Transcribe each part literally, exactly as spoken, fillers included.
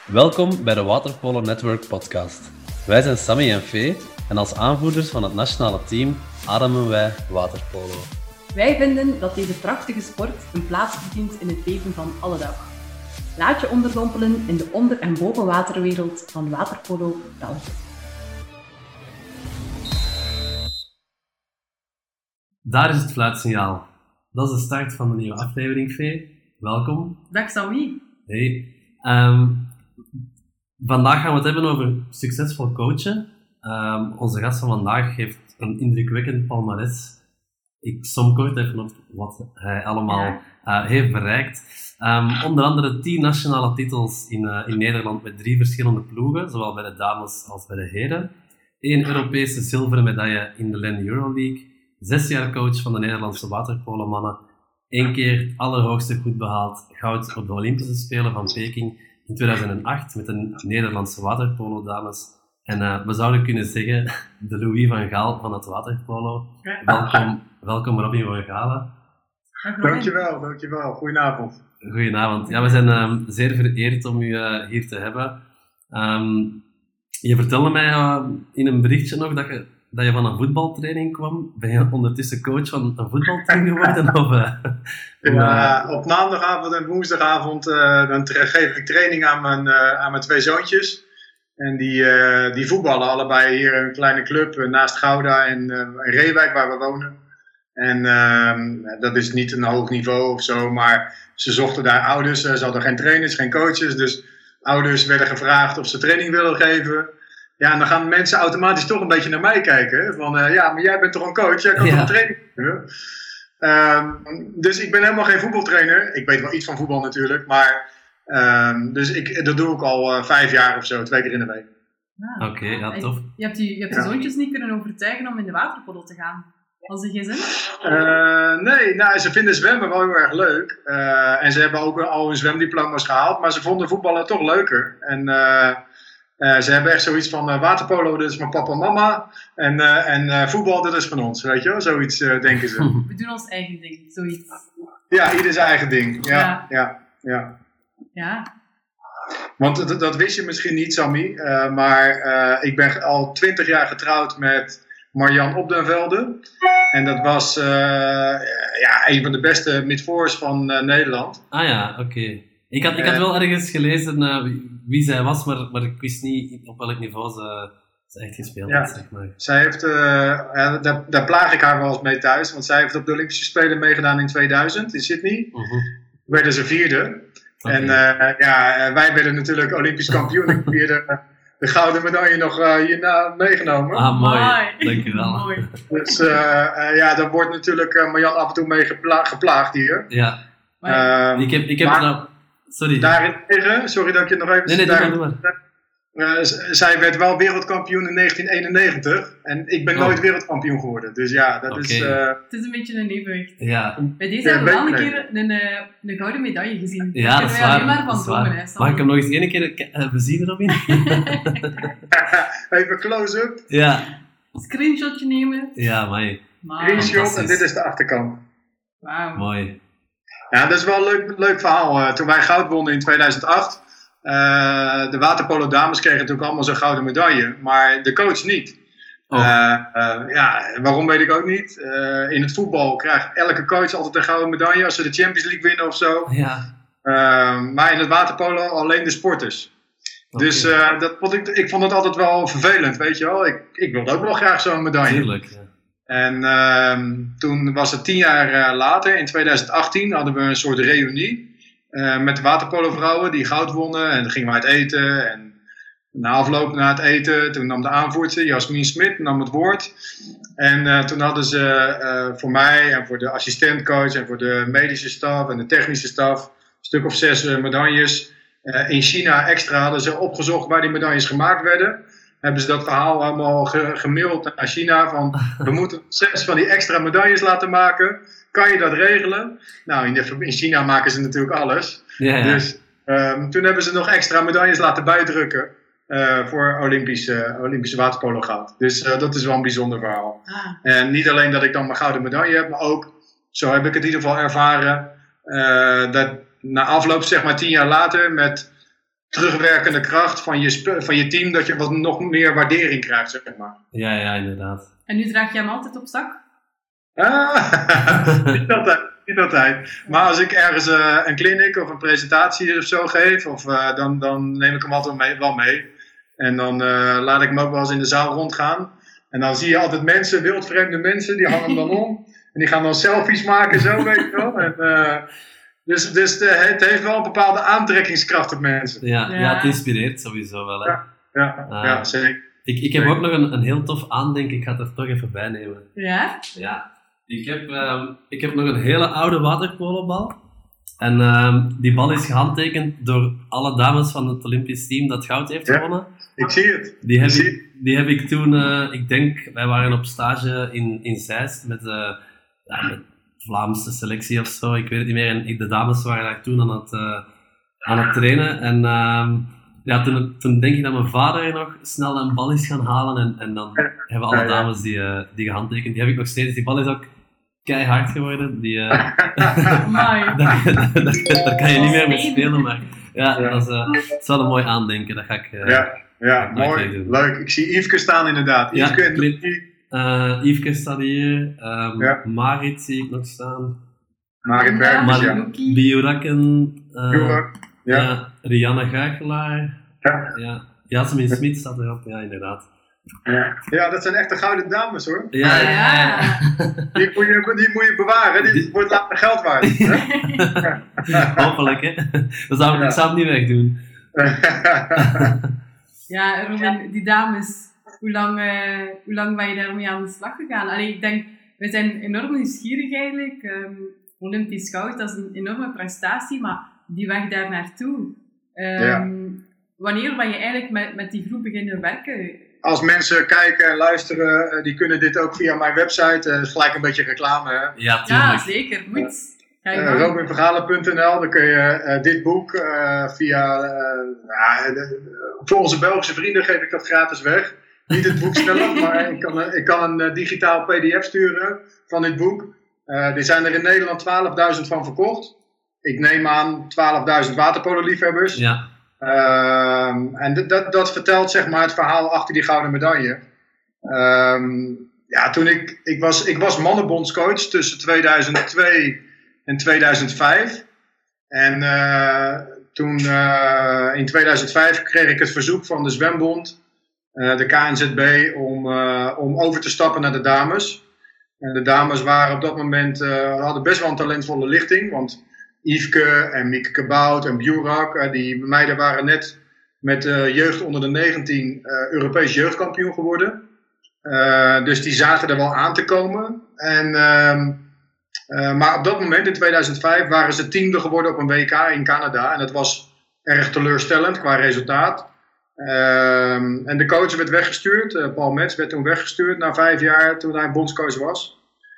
Welkom bij de Waterpolo Network podcast. Wij zijn Sammy en Fee en als aanvoerders van het nationale team ademen wij waterpolo. Wij vinden dat deze prachtige sport een plaats verdient in het leven van alle dag. Laat je onderdompelen in de onder- en bovenwaterwereld van waterpolo België. Daar is het fluitsignaal. Dat is de start van de nieuwe aflevering, Fee. Welkom. Dag Sammy. Hey. Um, vandaag gaan we het hebben over succesvol coachen. Um, onze gast van vandaag heeft een indrukwekkend palmares. Ik som kort even op wat hij allemaal ja. uh, heeft bereikt. Um, onder andere tien nationale titels in, uh, in Nederland met drie verschillende ploegen, zowel bij de dames als bij de heren. Eén Europese zilveren medaille in de L E N Euroleague. Zes jaar coach van de Nederlandse waterpolomannen. Eén keer het allerhoogste goed behaald goud op de Olympische Spelen van Peking in tweeduizend acht met de Nederlandse waterpolo-dames. En uh, we zouden kunnen zeggen, de Louis van Gaal van het waterpolo. Welkom, welkom Robin van Galen. Dankjewel, dankjewel. Goedenavond. Goedenavond. Ja, we zijn um, zeer vereerd om u uh, hier te hebben. Um, je vertelde mij uh, in een berichtje nog dat je, dat je van een voetbaltraining kwam. Ben je ondertussen coach van een voetbalteam geworden? of, uh, ja, uh, op maandagavond en woensdagavond uh, dan tra- geef ik training aan mijn, uh, aan mijn twee zoontjes. En die, uh, die voetballen allebei hier in een kleine club uh, naast Gouda en uh, in Reewijk waar we wonen. En uh, dat is niet een hoog niveau of zo, maar ze zochten daar ouders. Uh, ze hadden geen trainers, geen coaches. Dus ouders werden gevraagd of ze training willen geven. Ja, en dan gaan mensen automatisch toch een beetje naar mij kijken. Van, uh, ja, maar jij bent toch een coach? Jij kan ja. toch een training geven? Uh, dus ik ben helemaal geen voetbaltrainer. Ik weet wel iets van voetbal natuurlijk, maar... Um, dus ik, dat doe ik al uh, vijf jaar of zo, twee keer in de week. Ah, Oké, okay, ja, tof. Je hebt, die, je hebt de zoontjes niet kunnen overtuigen om in de waterpolo te gaan. Was er geen zin? Uh, nee, nou, ze vinden zwemmen wel heel erg leuk. Uh, en ze hebben ook al hun zwemdiploma's gehaald, maar ze vonden voetballen toch leuker. En uh, uh, ze hebben echt zoiets van uh, waterpolo, dat is mijn papa en mama. En, uh, en uh, voetbal, dat is van ons, weet je wel? Zoiets uh, denken ze. We doen ons eigen ding, zoiets. Ja, ieder zijn eigen ding. Ja, ja. ja, ja. Ja. Want dat, dat wist je misschien niet, Sammy, uh, maar uh, ik ben al twintig jaar getrouwd met Marjan Op den Velde. En dat was uh, ja, een van de beste midvoors van uh, Nederland. Ah ja, oké. Okay. Ik, had, ik had wel ergens gelezen uh, wie, wie zij was, maar, maar ik wist niet op welk niveau ze, ze echt gespeeld had, ja. zeg maar. Zij heeft, uh, uh, daar, daar plaag ik haar wel eens mee thuis, want zij heeft op de Olympische Spelen meegedaan in tweeduizend in Sydney. Uh-huh. Werden ze vierde. Okay. En uh, ja, wij werden natuurlijk Olympisch kampioen. Ik heb hier de, de gouden medaille nog uh, hierna meegenomen. Ah, mooi. Dankjewel. Mooi. Dus uh, uh, ja, daar wordt natuurlijk uh, Marjan af en toe mee gepla- geplaagd hier. Ja. Uh, ik heb, ik heb maar, nou... Sorry. Daarentegen, sorry dat ik je nog even... Nee, nee, daar, doe maar, doe maar. Uh, z- zij werd wel wereldkampioen in negentien eenennegentig. En ik ben oh. nooit wereldkampioen geworden. Dus ja, dat okay. is... Uh, het is een beetje een evenwicht. Ja. Bij deze hebben we wel een keer een, een, een gouden medaille gezien. Ja, dat, dat is waar. Maar van dat is waar. Domen, Mag ik hem nog eens één keer uh, bezien, Robin? Even close-up. Ja. Screenshotje nemen. Ja, mooi. Screenshot en dit is de achterkant. Wauw. Mooi. Ja, dat is wel een leuk, leuk verhaal. Uh, toen wij goud wonnen in tweeduizend acht... Uh, de waterpolo dames kregen natuurlijk allemaal zo'n gouden medaille, maar de coach niet. Oh. Uh, uh, ja, waarom weet ik ook niet. Uh, in het voetbal krijgt elke coach altijd een gouden medaille als ze de Champions League winnen of zo. Ja. Uh, maar in het waterpolo alleen de sporters. Okay. Dus uh, dat vond ik, ik vond het altijd wel vervelend, weet je wel. Ik, ik wilde ook wel graag zo'n medaille. Tuurlijk, ja. En uh, toen was het tien jaar uh, later, in tweeduizend achttien, hadden we een soort reunie. Uh, met de waterpolo-vrouwen die goud wonnen. En dan gingen we uit eten. En na afloop na het eten, toen nam de aanvoerster, Jasmin Smit, nam het woord. En uh, toen hadden ze uh, voor mij en voor de assistentcoach en voor de medische staf en de technische staf een stuk of zes uh, medailles. Uh, in China extra hadden ze opgezocht waar die medailles gemaakt werden. Hebben ze dat verhaal allemaal ge- gemaild naar China van we moeten zes van die extra medailles laten maken. Kan je dat regelen? Nou, in, de, in China maken ze natuurlijk alles. Ja, ja. Dus um, toen hebben ze nog extra medailles laten bijdrukken uh, voor Olympische, Olympische waterpolo goud. Dus uh, dat is wel een bijzonder verhaal. Ah. En niet alleen dat ik dan mijn gouden medaille heb, maar ook, zo heb ik het in ieder geval ervaren, uh, dat na afloop, zeg maar tien jaar later, met terugwerkende kracht van je, spe- van je team, dat je wat nog meer waardering krijgt, zeg maar. Ja, ja, inderdaad. En nu draag je hem altijd op zak? Ah, niet altijd, niet altijd. Maar als ik ergens uh, een clinic of een presentatie of zo geef, of, uh, dan, dan neem ik hem altijd mee, wel mee. En dan uh, laat ik hem ook wel eens in de zaal rondgaan. En dan zie je altijd mensen, wildvreemde mensen, die hangen hem dan om. En die gaan dan selfies maken, zo weet je wel. En, uh, dus dus de, het heeft wel een bepaalde aantrekkingskracht op mensen. Ja, Ja. ja. Het inspireert sowieso wel. Hè. Ja, ja, Ah. ja zeker. Ik, ik heb ook nog een, een heel tof aandenken, ik ga het er toch even bij nemen. Ja? Ja, ik heb, um, ik heb nog een hele oude waterpolobal. En um, die bal is gehandtekend door alle dames van het Olympisch team dat goud heeft Ja. gewonnen. Ik zie het. Die heb Ik zie ik, die heb ik toen, uh, ik denk, wij waren op stage in, in Zeist met de ja, met Vlaamse selectie of zo, ik weet het niet meer. En ik, de dames waren daar toen aan het, uh, aan het trainen. En um, ja, toen, toen denk ik dat mijn vader nog snel een bal is gaan halen. En, en dan hebben alle dames die, uh, die gehandtekend. Die heb ik nog steeds. Die bal is ook keihard geworden. Die, uh, Amai. daar, daar, daar, daar kan je niet meer mee Steen. spelen. Maar ja, Ja. dat, is, uh, dat is wel een mooi aandenken. Dat ga ik... Uh, Ja, ja dat ga ik mooi. echt doen. Leuk. Ik zie Yveske staan inderdaad. Ja, Yveske en klopt. Loekie. Uh, Yveske staat hier. Um, Ja. Marit zie ik nog staan. Marit Ja, Bergers, Maar- ja. Loekie. Biorakken. Uh, Jorak. ja. Ja. Rianne Gagelaar. Ja. Ja. Jasmin Smit staat erop. Ja, inderdaad. Ja. ja, dat zijn echte gouden dames hoor. Ja, ja, ja. Ja. Die moet je, die moet je bewaren, die, Die- wordt later geld waard. hè? Hopelijk, hè. Dat zou, Ja. Ik zou het niet wegdoen. Ja, Robin, die dames, hoe lang, uh, hoe lang ben je daarmee aan de slag gegaan? Allee, ik denk, we zijn enorm nieuwsgierig eigenlijk. Um, Olympisch goud, dat is een enorme prestatie, maar die weg daar naartoe. Um, Ja. Wanneer ben je eigenlijk met, met die groep beginnen werken? Als mensen kijken en luisteren, eh, die kunnen dit ook via mijn website, uh, gelijk een beetje reclame. Hè? Ja, Ja, tuurlijk. zeker, moet. Ga je Uh, gang. robin verhalen punt n l, dan kun je uh, dit boek uh, via, uh, ja, de, voor onze Belgische vrienden geef ik dat gratis weg. Niet het boek zelf, maar ik kan, uh, ik kan een uh, digitaal P D F sturen van dit boek. Uh, er zijn er in Nederland twaalfduizend van verkocht. Ik neem aan twaalfduizend waterpolo-liefhebbers. Ja. Um, en d- dat, dat vertelt zeg maar het verhaal achter die gouden medaille. Um, ja, toen ik, ik was, ik was mannenbondscoach tussen tweeduizend twee en tweeduizend vijf. En uh, toen uh, in tweeduizend vijf kreeg ik het verzoek van de zwembond, uh, de K N Z B, om, uh, om over te stappen naar de dames. En de dames waren op dat moment, uh, hadden best wel een talentvolle lichting, want Yveske en Mieke Kabout en Bjurak, uh, die meiden waren net met uh, jeugd onder de negentien uh, Europees jeugdkampioen geworden. Uh, dus die zagen er wel aan te komen. En, uh, uh, maar op dat moment, in tweeduizend vijf, waren ze tiende geworden op een W K in Canada. En dat was erg teleurstellend qua resultaat. Uh, en de coach werd weggestuurd. Uh, Paul Metz werd toen weggestuurd na vijf jaar toen hij bondscoach was.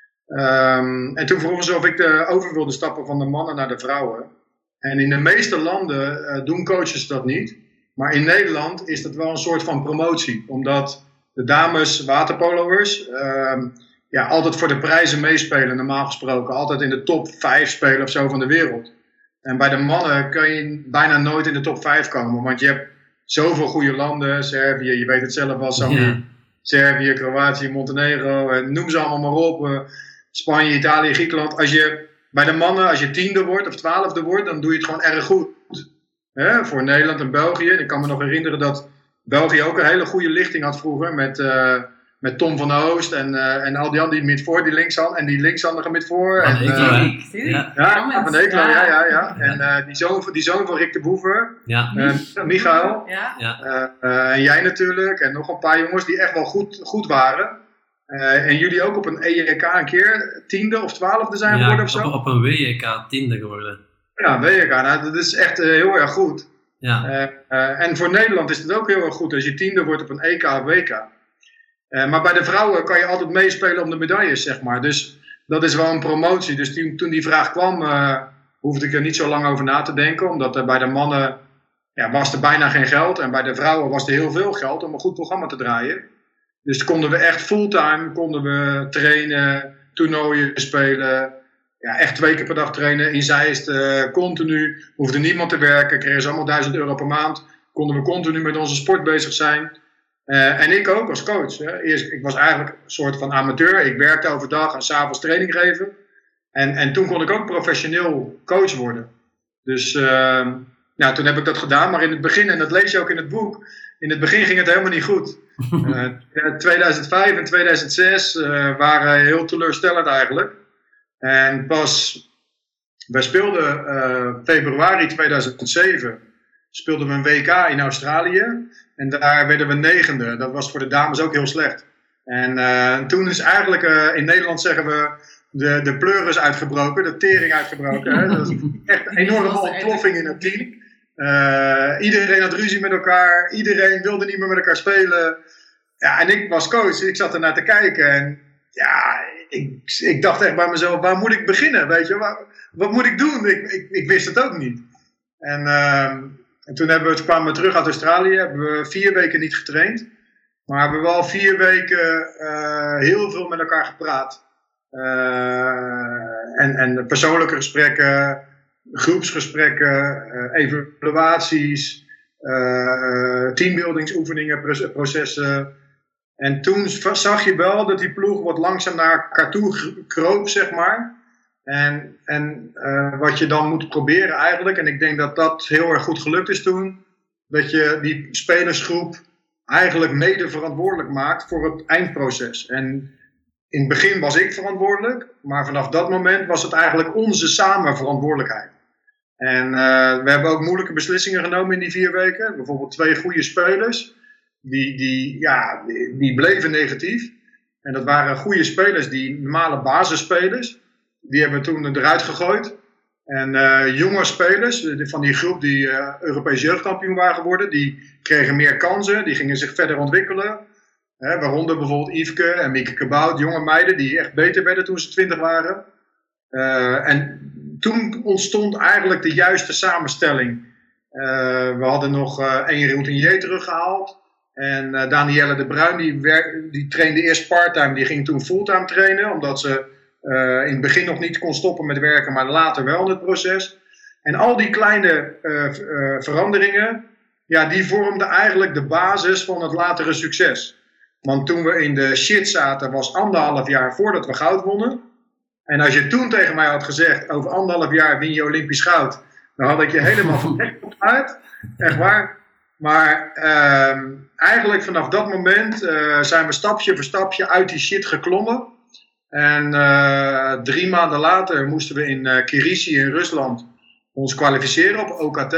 Um, en toen vroegen ze of ik de, over wilde stappen van de mannen naar de vrouwen. En in de meeste landen uh, doen coaches dat niet. Maar in Nederland is dat wel een soort van promotie. Omdat de dames waterpolo'ers um, ja, altijd voor de prijzen meespelen, normaal gesproken. Altijd in de top vijf spelen of zo van de wereld. En bij de mannen kun je bijna nooit in de top vijf komen. Want je hebt zoveel goede landen. Servië, je weet het zelf wel, zo. Ja. Servië, Kroatië, Montenegro. En noem ze allemaal maar op. Uh, Spanje, Italië, Griekenland. Als je bij de mannen, als je tiende wordt of twaalfde wordt, dan doe je het gewoon erg goed. Hè? Voor Nederland en België. Ik kan me nog herinneren dat België ook een hele goede lichting had vroeger. Met, uh, met Tom van Oost en, uh, en al die anderen die midvoor, die linkshan en die linkshandige midvoor. Van En, Eeklo, uh, hè? Ik zie het. Ja. ja, Comments. van Eeklo, ja, ja, ja. Ja. En uh, die, zoon, die zoon van Rick de Boever, Ja. uh, Michael. Ja. Ja. Uh, uh, en jij natuurlijk. En nog een paar jongens die echt wel goed, goed waren. Uh, en jullie ook op een E J K een keer tiende of twaalfde zijn geworden Ja, of zo? op, op een W J K tiende geworden. Ja, W J K. Nou, dat is echt uh, heel erg goed. Ja. Uh, uh, en voor Nederland is het ook heel erg goed als je tiende wordt op een E K of W K. Uh, maar bij de vrouwen kan je altijd meespelen om de medailles, zeg maar. Dus dat is wel een promotie. Dus die, toen die vraag kwam, uh, hoefde ik er niet zo lang over na te denken. Omdat er bij de mannen ja, was er bijna geen geld. En bij de vrouwen was er heel veel geld om een goed programma te draaien. Dus konden we echt fulltime konden we trainen, toernooien spelen. ja, echt twee keer per dag trainen. In Zeist, uh, continu. Hoefde niemand te werken. Kregen ze allemaal duizend euro per maand. Konden we continu met onze sport bezig zijn. Uh, en ik ook als coach. Hè. Eerst, ik was eigenlijk een soort van amateur. Ik werkte overdag en 's avonds training geven. En, en toen kon ik ook professioneel coach worden. Dus uh, nou, toen heb ik dat gedaan. Maar in het begin, en dat lees je ook in het boek. In het begin ging het helemaal niet goed. Uh, tweeduizend vijf en tweeduizend zes uh, waren heel teleurstellend eigenlijk. En pas, wij speelden uh, februari tweeduizend zeven, speelden we een W K in Australië. En daar werden we negende. Dat was voor de dames ook heel slecht. En uh, toen is eigenlijk, uh, in Nederland zeggen we, de, de pleuris uitgebroken, de tering uitgebroken. Hè? Dat is echt een enorme ontploffing in het team. Uh, iedereen had ruzie met elkaar. Iedereen wilde niet meer met elkaar spelen. Ja, en ik was coach. Ik zat ernaar te kijken. En ja, ik, ik dacht echt bij mezelf, waar moet ik beginnen? Weet je, waar, wat moet ik doen? Ik, ik, ik wist het ook niet. En, uh, en toen hebben we, kwamen we terug uit Australië. Hebben we vier weken niet getraind. Maar hebben we wel vier weken uh, heel veel met elkaar gepraat. Uh, en, en persoonlijke gesprekken, groepsgesprekken, uh, evaluaties, uh, teambuildingsoefeningen, processen. En toen zag je wel dat die ploeg wat langzaam naar elkaar toe kroop, zeg maar. En, en uh, wat je dan moet proberen eigenlijk, en ik denk dat dat heel erg goed gelukt is toen, dat je die spelersgroep eigenlijk mede verantwoordelijk maakt voor het eindproces. En in het begin was ik verantwoordelijk, maar vanaf dat moment was het eigenlijk onze samen verantwoordelijkheid. En uh, we hebben ook moeilijke beslissingen genomen in die vier weken. Bijvoorbeeld twee goede spelers, die, die, ja, die, die bleven negatief. En dat waren goede spelers, die normale basisspelers. Die hebben we toen eruit gegooid. En uh, jonge spelers van die groep die uh, Europees jeugdkampioen waren geworden, die kregen meer kansen, die gingen zich verder ontwikkelen. Hè, waaronder bijvoorbeeld Yveske en Mieke Kabout, jonge meiden die echt beter werden toen ze twintig waren. Uh, en toen ontstond eigenlijk de juiste samenstelling. Uh, we hadden nog uh, één routinier teruggehaald. En uh, Danielle de Bruin, die, werk, die trainde eerst parttime, die ging toen fulltime trainen, omdat ze uh, in het begin nog niet kon stoppen met werken, maar later wel in het proces. En al die kleine uh, uh, veranderingen, ja, die vormden eigenlijk de basis van het latere succes. Want toen we in de shit zaten, was anderhalf jaar voordat we goud wonnen. En als je toen tegen mij had gezegd, over anderhalf jaar win je Olympisch goud, dan had ik je helemaal van hek uit. Echt waar. Maar uh, eigenlijk vanaf dat moment uh, zijn we stapje voor stapje uit die shit geklommen. En uh, drie maanden later moesten we in uh, Kirishi in Rusland ons kwalificeren op O K T.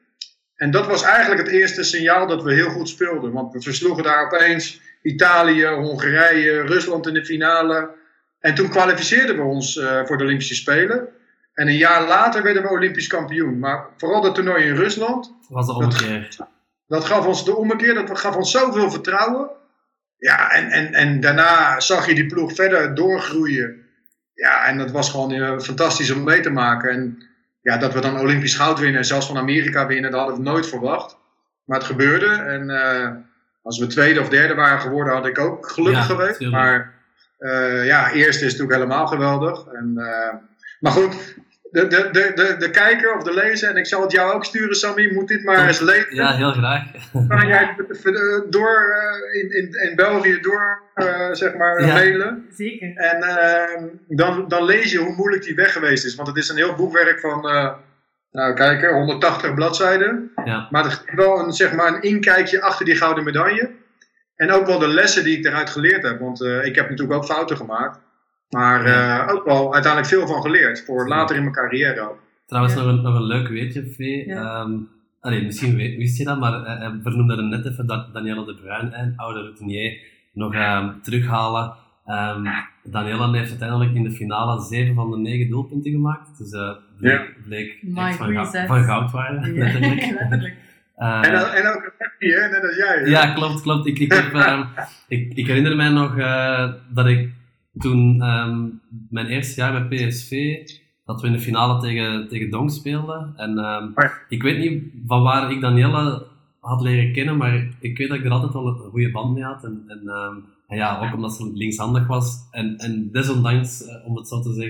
En dat was eigenlijk het eerste signaal dat we heel goed speelden. Want we versloegen daar opeens Italië, Hongarije, Rusland in de finale. En toen kwalificeerden we ons uh, voor de Olympische Spelen. En een jaar later werden we Olympisch kampioen. Maar vooral dat toernooi in Rusland, was de ommekeer. Dat, dat gaf ons de ommekeer, dat gaf ons zoveel vertrouwen. Ja, en, en, en daarna zag je die ploeg verder doorgroeien. Ja, en dat was gewoon uh, fantastisch om mee te maken. En ja, dat we dan Olympisch goud winnen en zelfs van Amerika winnen, dat hadden we nooit verwacht. Maar het gebeurde. En uh, als we tweede of derde waren geworden, had ik ook gelukkig ja, geweest. Tuurlijk. Maar uh, ja, eerste is natuurlijk helemaal geweldig. En, uh, maar goed, de, de, de, de, de kijker of de lezer, en ik zal het jou ook sturen, Sammy, moet dit maar eens lezen. Ja, heel graag. Kan jij door uh, in, in, in België door, uh, zeg maar, ja. mailen. Zeker. En uh, dan, dan lees je hoe moeilijk die weg geweest is. Want het is een heel boekwerk van, uh, nou kijk, honderdtachtig bladzijden. Ja. Maar het is wel een, zeg maar, een inkijkje achter die gouden medaille. En ook wel de lessen die ik eruit geleerd heb. Want uh, ik heb natuurlijk ook fouten gemaakt. Maar uh, ook wel uiteindelijk veel van geleerd. Voor later in mijn carrière ook. Trouwens, ja. nog, een, nog een leuk weetje, Vee. Ja. Um, allee, misschien wist je dat, maar uh, hij vernoemde er net even dat Danielle de Bruin, een oude routinier, nog um, terughalen. Um, Danielle heeft uiteindelijk in de finale zeven van de negen doelpunten gemaakt. Dus uh, bleek, ja. bleek echt van, ga- van goud waren. Ja, letterlijk. Uh, en, en ook een happy, hè? Net als jij. Hè? Ja, klopt, klopt. Ik, ik, heb, um, ik, ik herinner mij nog uh, dat ik toen um, mijn eerste jaar bij P S V, dat we in de finale tegen, tegen Donk speelden. En um, ik weet niet van waar ik Danielle had leren kennen, maar ik weet dat ik er altijd wel een goede band mee had. En, en, um, en ja, ook omdat ze linkshandig was. En, en desondanks, uh, om het zo te zeggen,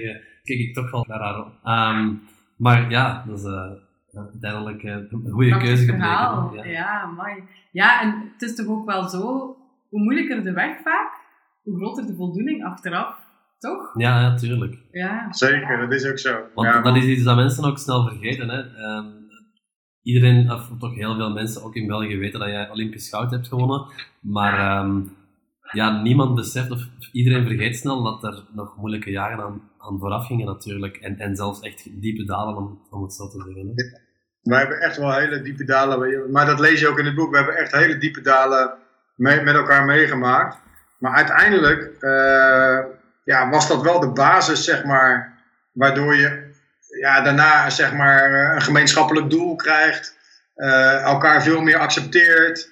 kijk ik toch wel naar haar. Um, maar ja, dat is uh, uiteindelijk uh, een goede Prachtig keuze verhaal. gebleken. Ja, ja, mooi. Ja, en het is toch ook wel zo, hoe moeilijker de weg vaak, hoe groter de voldoening achteraf, toch? Ja, ja, tuurlijk. Ja. Zeker, dat is ook zo. Want ja, dat is iets dat mensen ook snel vergeten. Hè. Um, iedereen, of toch heel veel mensen, ook in België, weten dat jij Olympisch goud hebt gewonnen. Maar um, ja, niemand beseft, of iedereen vergeet snel, dat er nog moeilijke jaren aan, aan vooraf gingen natuurlijk. En, en zelfs echt diepe dalen, om, om het zo te zeggen. Hè. Wij hebben echt wel hele diepe dalen, maar dat lees je ook in het boek. We hebben echt hele diepe dalen mee, met elkaar meegemaakt. Maar uiteindelijk uh, ja, was dat wel de basis, zeg maar, waardoor je ja, daarna zeg maar, een gemeenschappelijk doel krijgt, uh, elkaar veel meer accepteert,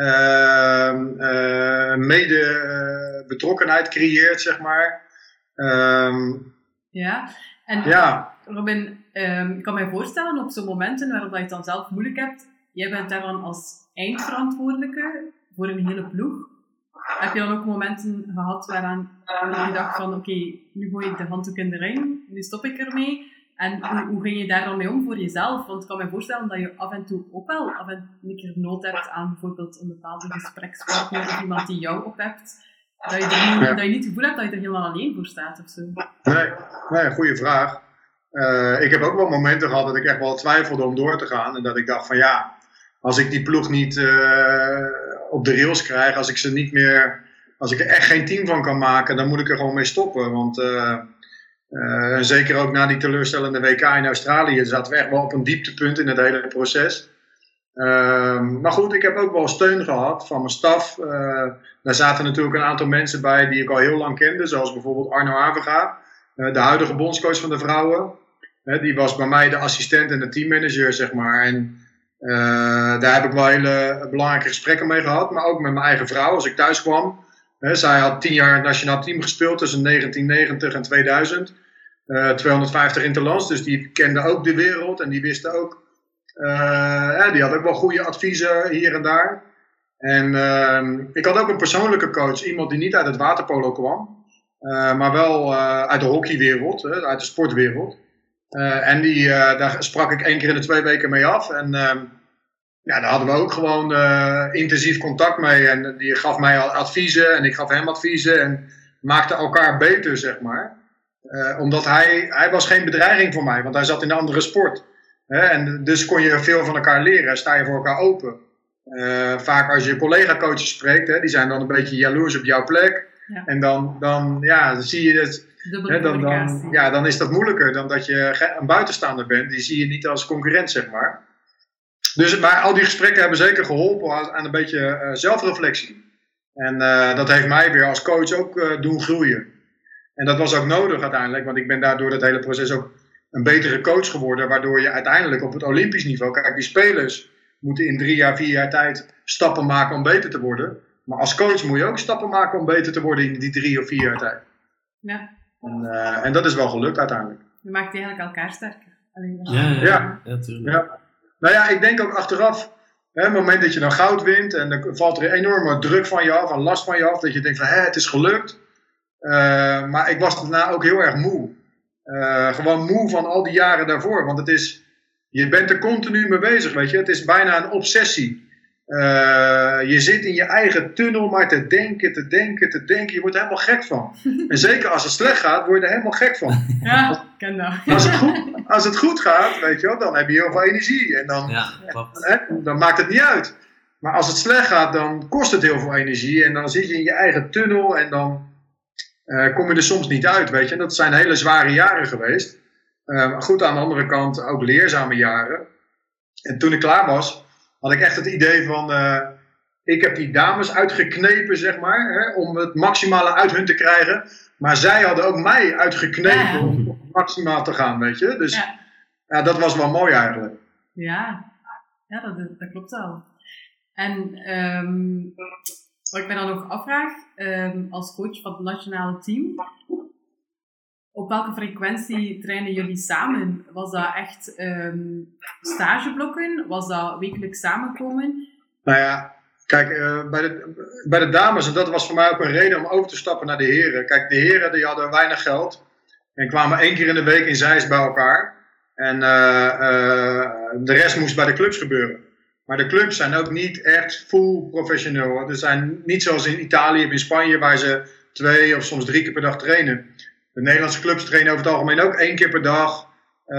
uh, uh, mede uh, betrokkenheid creëert, zeg maar. Um, ja, en ja. Robin, um, ik kan mij voorstellen op zo'n momenten waarop je het dan zelf moeilijk hebt, jij bent daar dan als eindverantwoordelijke voor een hele ploeg. Heb je dan ook momenten gehad waaraan je dacht van oké, okay, nu gooi ik de handdoek in de ring, nu stop ik ermee. En hoe, hoe ging je daar dan mee om voor jezelf? Want ik kan me voorstellen dat je af en toe ook wel af en toe een keer nood hebt aan bijvoorbeeld een bepaalde gesprekspartner of iemand die jou op hebt. Dat je, er niet, ja. dat je niet het gevoel hebt dat je er helemaal alleen voor staat of zo. Nee, nee goede vraag. Uh, ik heb ook wel momenten gehad dat ik echt wel twijfelde om door te gaan. En dat ik dacht van ja, als ik die ploeg niet uh, op de rails krijg, als ik ze niet meer, als ik er echt geen team van kan maken, dan moet ik er gewoon mee stoppen. Want uh, uh, zeker ook na die teleurstellende W K in Australië zaten we echt wel op een dieptepunt in het hele proces. Uh, maar goed, ik heb ook wel steun gehad van mijn staf. Uh, daar zaten natuurlijk een aantal mensen bij die ik al heel lang kende, zoals bijvoorbeeld Arno Avega, uh, de huidige bondscoach van de vrouwen. Uh, die was bij mij de assistent en de teammanager, zeg maar. En uh, daar heb ik wel hele belangrijke gesprekken mee gehad, maar ook met mijn eigen vrouw als ik thuis kwam. Uh, zij had tien jaar het nationaal team gespeeld tussen negentien negentig en tweeduizend. Uh, tweehonderdvijftig interlands, dus die kende ook de wereld en die wisten ook. Uh, ja, die had ook wel goede adviezen hier en daar. En uh, ik had ook een persoonlijke coach, iemand die niet uit het waterpolo kwam, uh, maar wel uh, uit de hockeywereld, uh, uit de sportwereld. Uh, en die, uh, daar sprak ik één keer in de twee weken mee af. En uh, ja, daar hadden we ook gewoon uh, intensief contact mee. En die gaf mij al adviezen en ik gaf hem adviezen en maakte elkaar beter, zeg maar. Uh, omdat hij, hij was geen bedreiging voor mij, want hij zat in een andere sport. He, en dus kon je veel van elkaar leren, sta je voor elkaar open. Uh, vaak als je collega-coaches spreekt, he, die zijn dan een beetje jaloers op jouw plek. Ja. En dan, dan, ja, dan zie je het. He, dan, dan, ja, dan is dat moeilijker dan dat je een buitenstaander bent. Die zie je niet als concurrent, zeg maar. Dus maar al die gesprekken hebben zeker geholpen aan een beetje uh, zelfreflectie. En uh, dat heeft mij weer als coach ook uh, doen groeien. En dat was ook nodig uiteindelijk, want ik ben daardoor dat hele proces ook een betere coach geworden, waardoor je uiteindelijk op het Olympisch niveau, kijk, die spelers moeten in drie jaar, vier jaar tijd stappen maken om beter te worden. Maar als coach moet je ook stappen maken om beter te worden in die drie of vier jaar tijd. Ja. En, uh, en dat is wel gelukt uiteindelijk. Je maakt eigenlijk elkaar sterker. Alleen ja, ja, ja. ja, tuurlijk. Ja. Nou ja, ik denk ook achteraf, hè, het moment dat je dan goud wint en dan valt er een enorme druk van je af, een last van je af, dat je denkt van, hé, het is gelukt. Uh, maar ik was daarna ook heel erg moe. Uh, gewoon moe van al die jaren daarvoor. Want het is, je bent er continu mee bezig, weet je. Het is bijna een obsessie. Uh, je zit in je eigen tunnel maar te denken, te denken, te denken. Je wordt er helemaal gek van. En zeker als het slecht gaat, word je er helemaal gek van. Ja, ik ken dat. Als het goed, als het goed gaat, weet je wel, dan heb je heel veel energie. En dan, ja, klopt. Hè, dan maakt het niet uit. Maar als het slecht gaat, dan kost het heel veel energie. En dan zit je in je eigen tunnel en dan Uh, kom je er soms niet uit, weet je. En dat zijn hele zware jaren geweest. Uh, goed, aan de andere kant ook leerzame jaren. En toen ik klaar was, had ik echt het idee van, uh, ik heb die dames uitgeknepen, zeg maar, hè, om het maximale uit hun te krijgen. Maar zij hadden ook mij uitgeknepen ja. om maximaal te gaan, weet je. Dus ja. Ja, dat was wel mooi eigenlijk. Ja, ja dat, dat klopt wel. En um, wat ik me dan nog afvraag, um, als coach van het nationale team, op welke frequentie trainen jullie samen? Was dat echt um, stageblokken? Was dat wekelijks samenkomen? Nou ja, kijk, uh, bij, de, bij de dames, en dat was voor mij ook een reden om over te stappen naar de heren. Kijk, de heren die hadden weinig geld. En kwamen één keer in de week in Zeist bij elkaar. En uh, uh, de rest moest bij de clubs gebeuren. Maar de clubs zijn ook niet echt full professioneel. Er zijn niet zoals in Italië of in Spanje, waar ze twee of soms drie keer per dag trainen. De Nederlandse clubs trainen over het algemeen ook één keer per dag.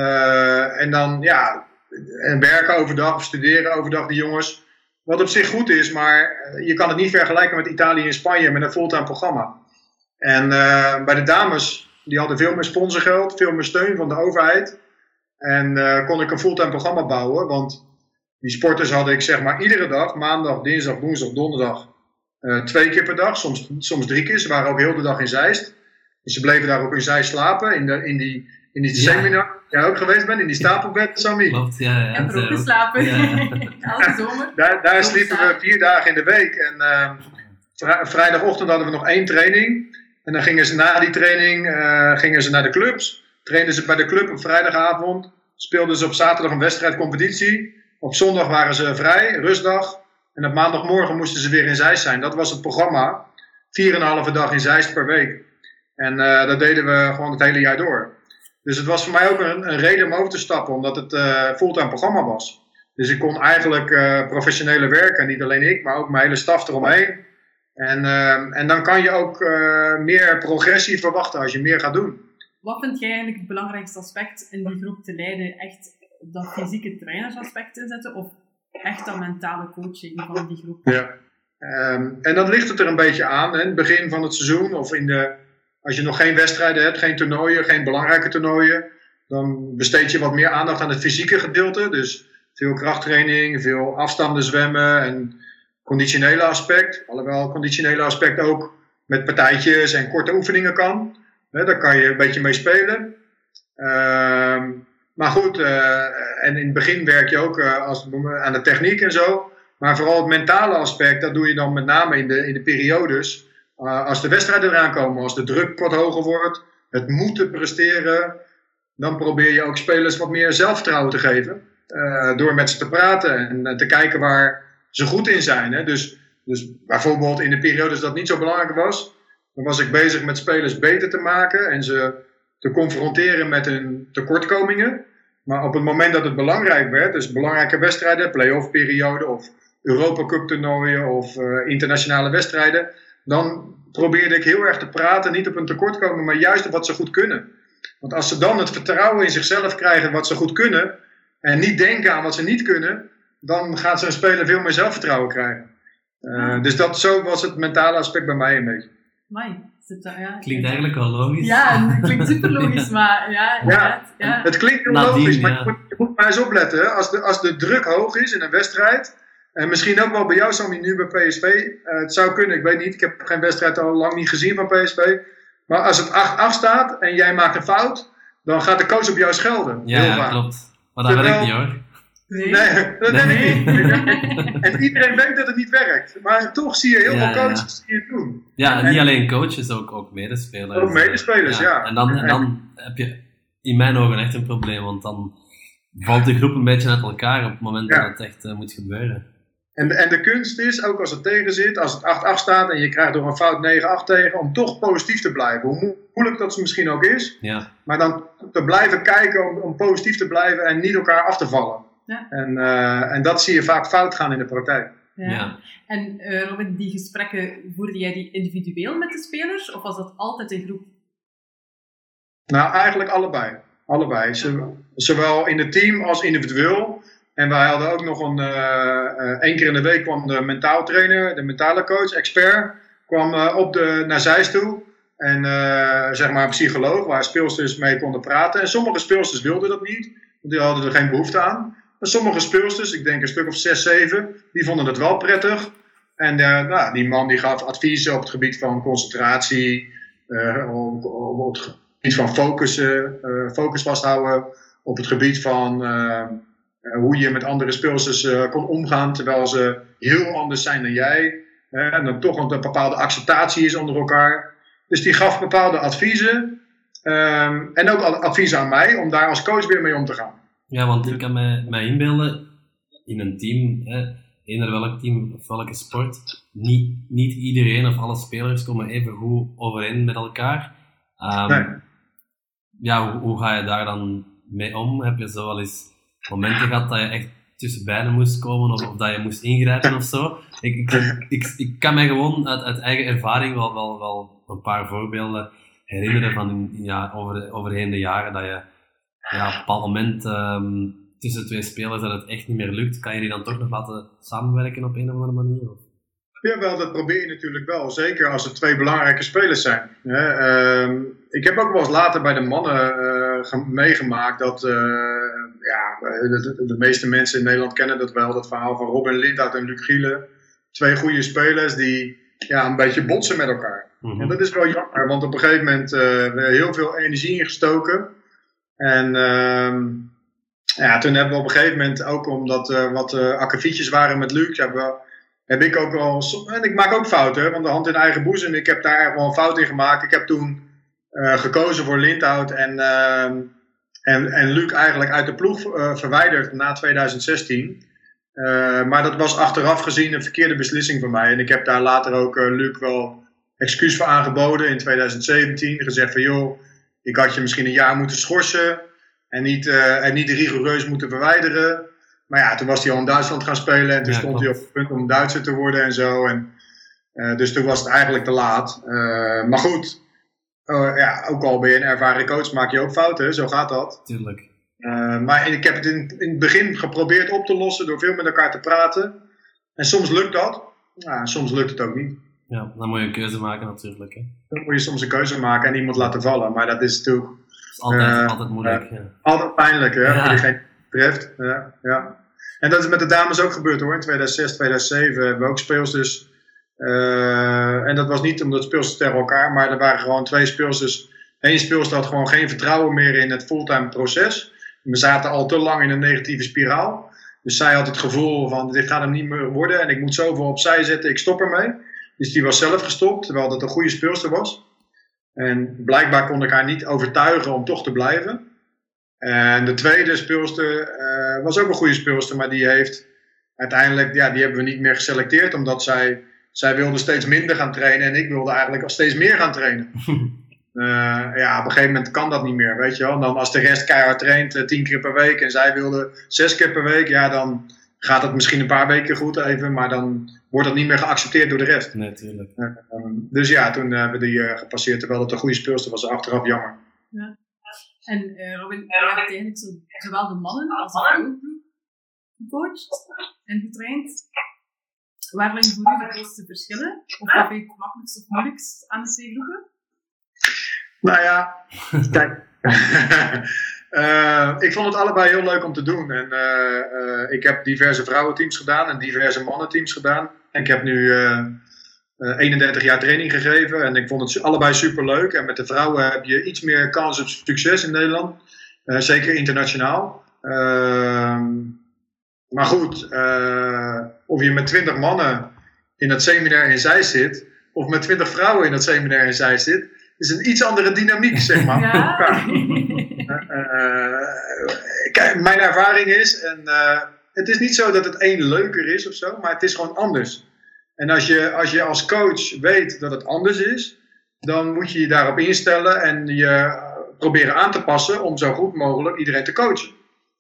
Uh, en dan ja, en werken overdag of studeren overdag die jongens. Wat op zich goed is, maar je kan het niet vergelijken met Italië en Spanje met een fulltime programma. En uh, bij de dames, die hadden veel meer sponsorgeld, veel meer steun van de overheid. En uh, kon ik een fulltime programma bouwen, want die sporters had ik zeg maar iedere dag, maandag, dinsdag, woensdag, donderdag, uh, twee keer per dag, soms, soms drie keer. Ze waren ook heel de dag in Zeist. Dus ze bleven daar ook in Zeist slapen, in, de, in die, in die ja. seminar. Jij ook geweest bent, in die stapelbed, Sammy. Klopt, ja. ja ik heb er ook geslapen, ja. Elke zomer. Daar, daar sliepen we vier dagen in de week. En uh, vri- vrijdagochtend hadden we nog één training. En dan gingen ze na die training uh, gingen ze naar de clubs. Trainden ze bij de club op vrijdagavond. Speelden ze op zaterdag een wedstrijd competitie. Op zondag waren ze vrij, rustdag. En op maandagmorgen moesten ze weer in Zeist zijn. Dat was het programma. Vier en een halve dag in Zeist per week. En uh, dat deden we gewoon het hele jaar door. Dus het was voor mij ook een, een reden om over te stappen. Omdat het uh, fulltime programma was. Dus ik kon eigenlijk uh, professioneler werken. Niet alleen ik, maar ook mijn hele staf eromheen. En, uh, en dan kan je ook uh, meer progressie verwachten als je meer gaat doen. Wat vind jij eigenlijk het belangrijkste aspect in die groep te leiden? Echt dat fysieke trainersaspect inzetten of echt dat mentale coaching van die groep? Ja. Um, en dan ligt het er een beetje aan. Hè? In het begin van het seizoen of in de, als je nog geen wedstrijden hebt, geen toernooien, geen belangrijke toernooien, dan besteed je wat meer aandacht aan het fysieke gedeelte. Dus veel krachttraining, veel afstanden zwemmen en conditionele aspect. Alhoewel het conditionele aspect ook met partijtjes en korte oefeningen kan. He, daar kan je een beetje mee spelen. Uh, maar goed, uh, en in het begin werk je ook uh, als, aan de techniek en zo. Maar vooral het mentale aspect, dat doe je dan met name in de, in de periodes. Uh, als de wedstrijden eraan komen, als de druk wat hoger wordt, het moeten presteren, dan probeer je ook spelers wat meer zelfvertrouwen te geven. Uh, door met ze te praten en uh, te kijken waar ze goed in zijn. Hè. Dus, dus bijvoorbeeld in de periodes dat niet zo belangrijk was, dan was ik bezig met spelers beter te maken en ze te confronteren met hun tekortkomingen. Maar op het moment dat het belangrijk werd, dus belangrijke wedstrijden, play-off periode of Europa Cup toernooien of uh, internationale wedstrijden, dan probeerde ik heel erg te praten, niet op hun tekortkomingen, maar juist op wat ze goed kunnen. Want als ze dan het vertrouwen in zichzelf krijgen wat ze goed kunnen en niet denken aan wat ze niet kunnen, dan gaat zo'n speler veel meer zelfvertrouwen krijgen. Uh, dus dat, zo was het mentale aspect bij mij een beetje. Amai, ja, klinkt eigenlijk wel logisch. Ja, het klinkt super logisch, maar ja, ja, ja. Het klinkt heel Nadien, logisch, maar ja. je, moet, je moet maar eens opletten. Als de, als de druk hoog is in een wedstrijd, en misschien ook wel bij jou, Sammy, nu bij P S V, uh, het zou kunnen, ik weet niet, ik heb geen wedstrijd al lang niet gezien van P S V, maar als het acht acht staat en jij maakt een fout, dan gaat de coach op jou schelden. Ja, heel ja vaak. klopt. Maar dat Terwijl, werkt niet hoor. Nee, nee, dat Nee. denk ik niet. En iedereen weet dat het niet werkt. Maar toch zie je heel Ja, veel coaches die het doen. Ja, en En- niet alleen coaches, ook, ook medespelers. Ook medespelers, ja. En dan, en dan heb je in mijn ogen echt een probleem, want dan valt de groep een beetje uit elkaar op het moment Ja. dat het echt uh, moet gebeuren. En, en de kunst is, ook als het tegen zit, als het acht acht staat en je krijgt door een fout negen acht tegen, om toch positief te blijven. Hoe mo- moeilijk dat misschien ook is, Ja, maar dan te blijven kijken om, om positief te blijven en niet elkaar af te vallen. Ja. En, uh, en dat zie je vaak fout gaan in de praktijk. ja. ja. En uh, Robin, die gesprekken, voerde jij die individueel met de spelers of was dat altijd een groep? Nou, eigenlijk allebei. Allebei. Zo- Zowel in het team als individueel. En wij hadden ook nog een, uh, uh, één keer in de week kwam de mentaal trainer, de mentale coach, expert, kwam uh, op de, naar Zeist toe. En uh, zeg maar een psycholoog waar speelsters mee konden praten. En sommige speelsters wilden dat niet, want die hadden er geen behoefte aan. Maar sommige speelsters, ik denk een stuk of zes, zeven, die vonden het wel prettig. En uh, nou, die man die gaf adviezen op het gebied van concentratie, uh, op, op het gebied van focussen, uh, focus vasthouden, op het gebied van uh, uh, hoe je met andere speelsters uh, kon omgaan terwijl ze heel anders zijn dan jij. Uh, en dan toch een bepaalde acceptatie is onder elkaar. Dus die gaf bepaalde adviezen. Um, en ook adviezen aan mij om daar als coach weer mee om te gaan. ja want ik kan me, me inbeelden, in een team, hè, eender welk team of welke sport, niet, niet iedereen of alle spelers komen even goed overeen met elkaar. Um, Nee. ja, hoe, hoe ga je daar dan mee om? Heb je zo wel eens momenten gehad dat je echt tussen beiden moest komen of, of dat je moest ingrijpen of zo? Ik, ik, ik, ik kan mij gewoon uit, uit eigen ervaring wel, wel, wel een paar voorbeelden herinneren van ja, over, overheen de jaren dat je ja, op een bepaald moment um, tussen twee spelers dat het echt niet meer lukt. Kan je die dan toch nog laten samenwerken op een of andere manier? Of? Ja, wel, dat probeer je natuurlijk wel. Zeker als er twee belangrijke spelers zijn. Hè. Uh, ik heb ook wel eens later bij de mannen uh, meegemaakt dat uh, ja, de, de meeste mensen in Nederland kennen dat wel, dat verhaal van Robin Lindhout en Luc Gielen. Twee goede spelers die ja, een beetje botsen met elkaar. Mm-hmm. En dat is wel jammer, want op een gegeven moment uh, we heel veel energie ingestoken. En uh, ja, toen hebben we op een gegeven moment, ook omdat er uh, wat uh, akkefietjes waren met Luc, hebben we Heb ik ook wel, en ik maak ook fouten, want de hand in eigen boezem, ik heb daar echt wel een fout in gemaakt. Ik heb toen uh, gekozen voor Lindhout en, uh, en, en Luc eigenlijk uit de ploeg uh, verwijderd na twintig zestien. Uh, maar dat was achteraf gezien een verkeerde beslissing van mij. En ik heb daar later ook uh, Luc wel excuus voor aangeboden in twintig zeventien. Gezegd van joh, ik had je misschien een jaar moeten schorsen en niet, uh, en niet rigoureus moeten verwijderen. Maar ja, toen was hij al in Duitsland gaan spelen en toen ja, stond klopt. hij op het punt om Duitser te worden en zo. En, uh, dus toen was het eigenlijk te laat. Uh, maar goed, uh, ja, ook al ben je een ervaren coach, maak je ook fouten, zo gaat dat. Tuurlijk. Uh, maar ik heb het in, in het begin geprobeerd op te lossen door veel met elkaar te praten. En soms lukt dat, nou, soms lukt het ook niet. Ja, dan moet je een keuze maken natuurlijk. Hè. Dan moet je soms een keuze maken en iemand laten vallen, maar dat is natuurlijk... Dat is altijd, uh, altijd moeilijk. Uh, ja. Altijd pijnlijk, hè, ja. Voor diegene betreft. Ja, ja. En dat is met de dames ook gebeurd hoor. In twintig zes, twintig zeven hebben we ook speelsters. Uh, en dat was niet omdat speelsters tegen elkaar, maar er waren gewoon twee speelsters. Eén speelster had gewoon geen vertrouwen meer in het fulltime proces. We zaten al te lang in een negatieve spiraal. Dus zij had het gevoel van dit gaat hem niet meer worden en ik moet zoveel opzij zetten, ik stop ermee. Dus die was zelf gestopt, terwijl dat een goede speelster was. En blijkbaar kon ik haar niet overtuigen om toch te blijven. En de tweede speelster uh, was ook een goede speelster, maar die heeft uiteindelijk, ja, die hebben we niet meer geselecteerd, omdat zij, zij wilde steeds minder gaan trainen en ik wilde eigenlijk al steeds meer gaan trainen. uh, ja, op een gegeven moment kan dat niet meer, weet je wel. En dan als de rest keihard traint, uh, tien keer per week en zij wilde zes keer per week, ja, dan gaat het misschien een paar weken goed even, maar dan wordt dat niet meer geaccepteerd door de rest. Nee, tuurlijk. Uh, um, dus ja, toen uh, hebben we die uh, gepasseerd, terwijl het een goede speelster was, achteraf jammer. Ja. En uh, Robin, je hebt eigenlijk zo, zowel de mannen als de vrouwen gecoacht en getraind. Waar liggen voor u de grootste verschillen? Of wat vind je het makkelijkst of moeilijkst aan de twee groepen? Nou ja, kijk. uh, ik vond het allebei heel leuk om te doen. En, uh, uh, ik heb diverse vrouwenteams gedaan en diverse mannenteams gedaan. En ik heb nu uh, uh, eenendertig jaar training gegeven en ik vond het allebei super leuk. En met de vrouwen heb je iets meer kans op succes in Nederland. Uh, zeker internationaal. Uh, maar goed, uh, of je met twintig mannen in het seminar in Zeist zit, of met twintig vrouwen in het seminar in Zeist zit, is een iets andere dynamiek, zeg maar. Ja. uh, uh, kijk, mijn ervaring is, en uh, het is niet zo dat het een leuker is of zo, maar het is gewoon anders. En als je als, je als coach weet dat het anders is, dan moet je je daarop instellen en je proberen aan te passen om zo goed mogelijk iedereen te coachen.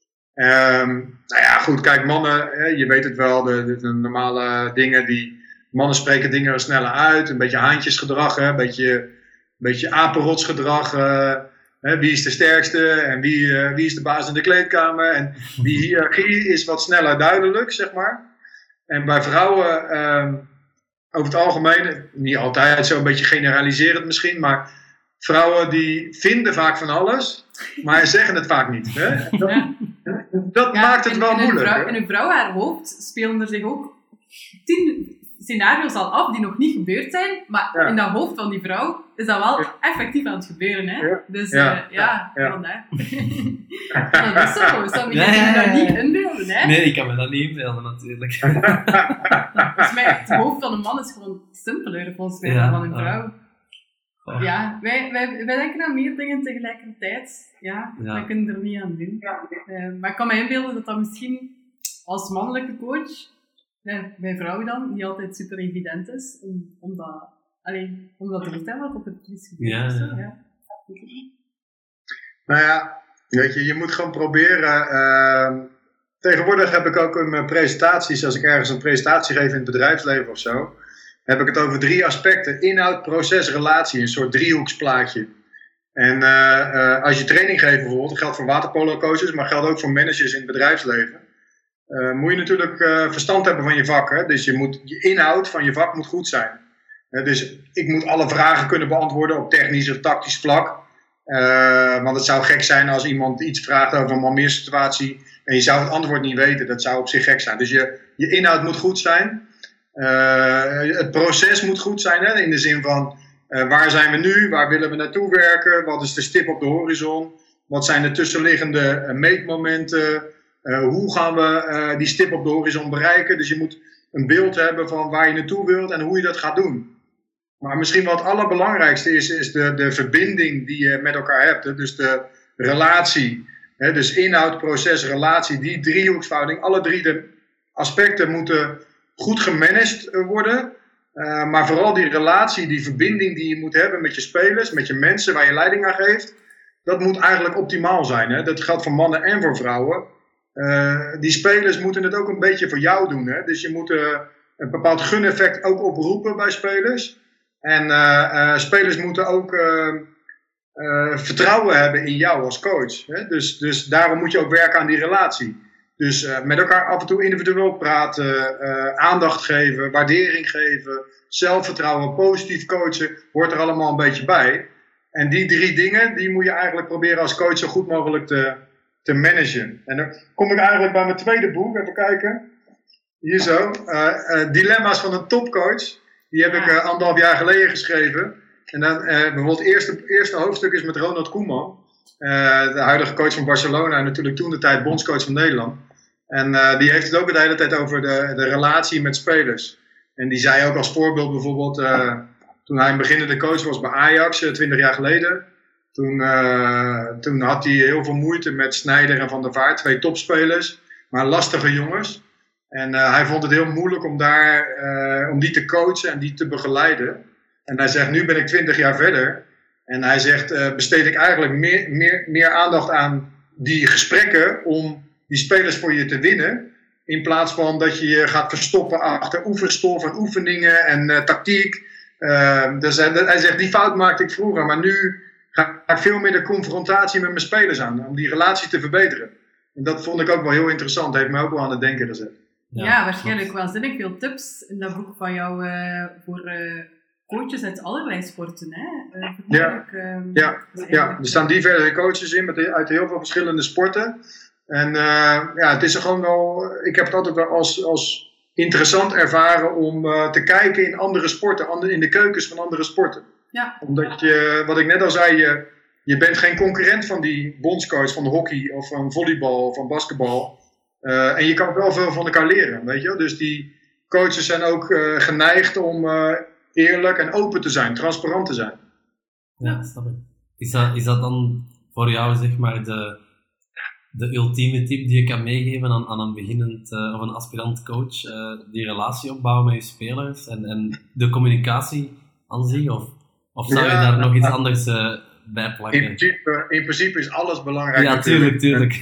Um, nou ja, goed, kijk, mannen, hè, je weet het wel, de, de, de normale dingen die, mannen spreken dingen sneller uit, een beetje haantjesgedrag, hè, een beetje, een beetje apenrotsgedrag, uh, hè, wie is de sterkste en wie, uh, wie is de baas in de kleedkamer en die hiërarchie is wat sneller duidelijk, zeg maar. En bij vrouwen, um, over het algemeen, niet altijd, zo een beetje generaliserend misschien, maar vrouwen die vinden vaak van alles, maar zeggen het vaak niet. Hè? Dat, ja. dat ja, maakt het in, wel in moeilijk. Vrouw, in een vrouw haar hoofd spelen er zich ook tien scenario's al af die nog niet gebeurd zijn, maar ja. in dat hoofd van die vrouw is dat wel ja. effectief aan het gebeuren. Hè? Ja. Dus ja, uh, ja, ja. vandaar. Ja. Dat is zo, Sammy, ja, je kan je dat niet inbeelden. Hè? Nee, ik kan me dat niet inbeelden natuurlijk. Volgens mij, het hoofd van een man is gewoon simpeler volgens mij dan van een vrouw. Oh. Ja, wij, wij, wij denken aan meer dingen tegelijkertijd. Ja, ja. wij kunnen er niet aan doen. Ja. Uh, maar ik kan me inbeelden dat dat misschien als mannelijke coach, bij, bij vrouwen dan, niet altijd super evident is om, om, dat, allee, om dat te vertellen wat op het is gebeurd. Ja, ja. Ja. Nou ja, weet je, je moet gewoon proberen. Uh, tegenwoordig heb ik ook in mijn presentaties, als ik ergens een presentatie geef in het bedrijfsleven of zo, heb ik het over drie aspecten: inhoud, proces, relatie, een soort driehoeksplaatje. En uh, uh, als je training geeft bijvoorbeeld, dat geldt voor waterpolo-coaches, maar geldt ook voor managers in het bedrijfsleven. Uh, moet je natuurlijk uh, verstand hebben van je vak. Hè? Dus je, moet, je inhoud van je vak moet goed zijn. Uh, dus ik moet alle vragen kunnen beantwoorden op technisch of tactisch vlak. Uh, want het zou gek zijn als iemand iets vraagt over een malmeersituatie en je zou het antwoord niet weten. Dat zou op zich gek zijn. Dus je, je inhoud moet goed zijn. Uh, het proces moet goed zijn, hè? In de zin van uh, waar zijn we nu, waar willen we naartoe werken, wat is de stip op de horizon, wat zijn de tussenliggende uh, meetmomenten, uh, hoe gaan we uh, die stip op de horizon bereiken. Dus je moet een beeld hebben van waar je naartoe wilt en hoe je dat gaat doen. Maar misschien wat het allerbelangrijkste is, is de, de verbinding die je met elkaar hebt. Hè? Dus de relatie, hè? Dus inhoud, proces, relatie, die driehoeksverhouding, alle drie de aspecten moeten goed gemanaged worden. Uh, maar vooral die relatie, die verbinding die je moet hebben met je spelers, met je mensen waar je leiding aan geeft, dat moet eigenlijk optimaal zijn. Hè? Dat geldt voor mannen en voor vrouwen. Uh, die spelers moeten het ook een beetje voor jou doen. Hè? Dus je moet uh, een bepaald guneffect ook oproepen bij spelers. En uh, uh, spelers moeten ook uh, uh, vertrouwen hebben in jou als coach. Hè? Dus, dus daarom moet je ook werken aan die relatie. Dus uh, met elkaar af en toe individueel praten, uh, aandacht geven, waardering geven, zelfvertrouwen, positief coachen, hoort er allemaal een beetje bij. En die drie dingen, die moet je eigenlijk proberen als coach zo goed mogelijk te, te managen. En dan kom ik eigenlijk bij mijn tweede boek, even kijken. Hier zo, uh, uh, Dilemma's van een topcoach. Die heb ik uh, anderhalf jaar geleden geschreven. En dan uh, bijvoorbeeld het eerste, eerste hoofdstuk is met Ronald Koeman. Uh, de huidige coach van Barcelona en natuurlijk toen de tijd bondscoach van Nederland. En uh, die heeft het ook de hele tijd over de, de relatie met spelers. En die zei ook als voorbeeld bijvoorbeeld, uh, toen hij een beginnende coach was bij Ajax, uh, twintig jaar geleden. Toen, uh, toen had hij heel veel moeite met Sneijder en Van der Vaart, twee topspelers, maar lastige jongens. En uh, hij vond het heel moeilijk om, daar, uh, om die te coachen en die te begeleiden. En hij zegt, nu ben ik twintig jaar verder. En hij zegt, uh, besteed ik eigenlijk meer, meer, meer aandacht aan die gesprekken om die spelers voor je te winnen. In plaats van dat je je gaat verstoppen achter oefenstof en oefeningen en uh, tactiek. Uh, dus hij, hij zegt, die fout maakte ik vroeger. Maar nu ga ik veel meer de confrontatie met mijn spelers aan. Om die relatie te verbeteren. En dat vond ik ook wel heel interessant. Heeft mij ook wel aan het denken gezet. Ja, ja, waarschijnlijk waanzinnig veel tips in dat boek van jou uh, voor uh, coaches uit allerlei sporten. Hè? Uh, ja, um, ja, ja, er staan diverse coaches in met, uit heel veel verschillende sporten. En uh, ja, het is er gewoon wel, ik heb het altijd wel als, als interessant ervaren om uh, te kijken in andere sporten, in de keukens van andere sporten. Ja. Omdat je, wat ik net al zei, je, je bent geen concurrent van die bondscoach van de hockey of van volleybal of van basketbal. Uh, en je kan wel veel van elkaar leren, weet je. Dus die coaches zijn ook uh, geneigd om uh, eerlijk en open te zijn, transparant te zijn. Ja, snap ik. Is dat, is dat dan voor jou, zeg maar, de, de ultieme tip die je kan meegeven aan, aan een beginnend uh, of een aspirant coach? Uh, die relatie opbouwen met je spelers en, en de communicatie aan zich? Of, of zou je ja, daar nog iets uh, anders uh, bij plakken? In principe, in principe is alles belangrijk. Ja, tuurlijk, tuurlijk.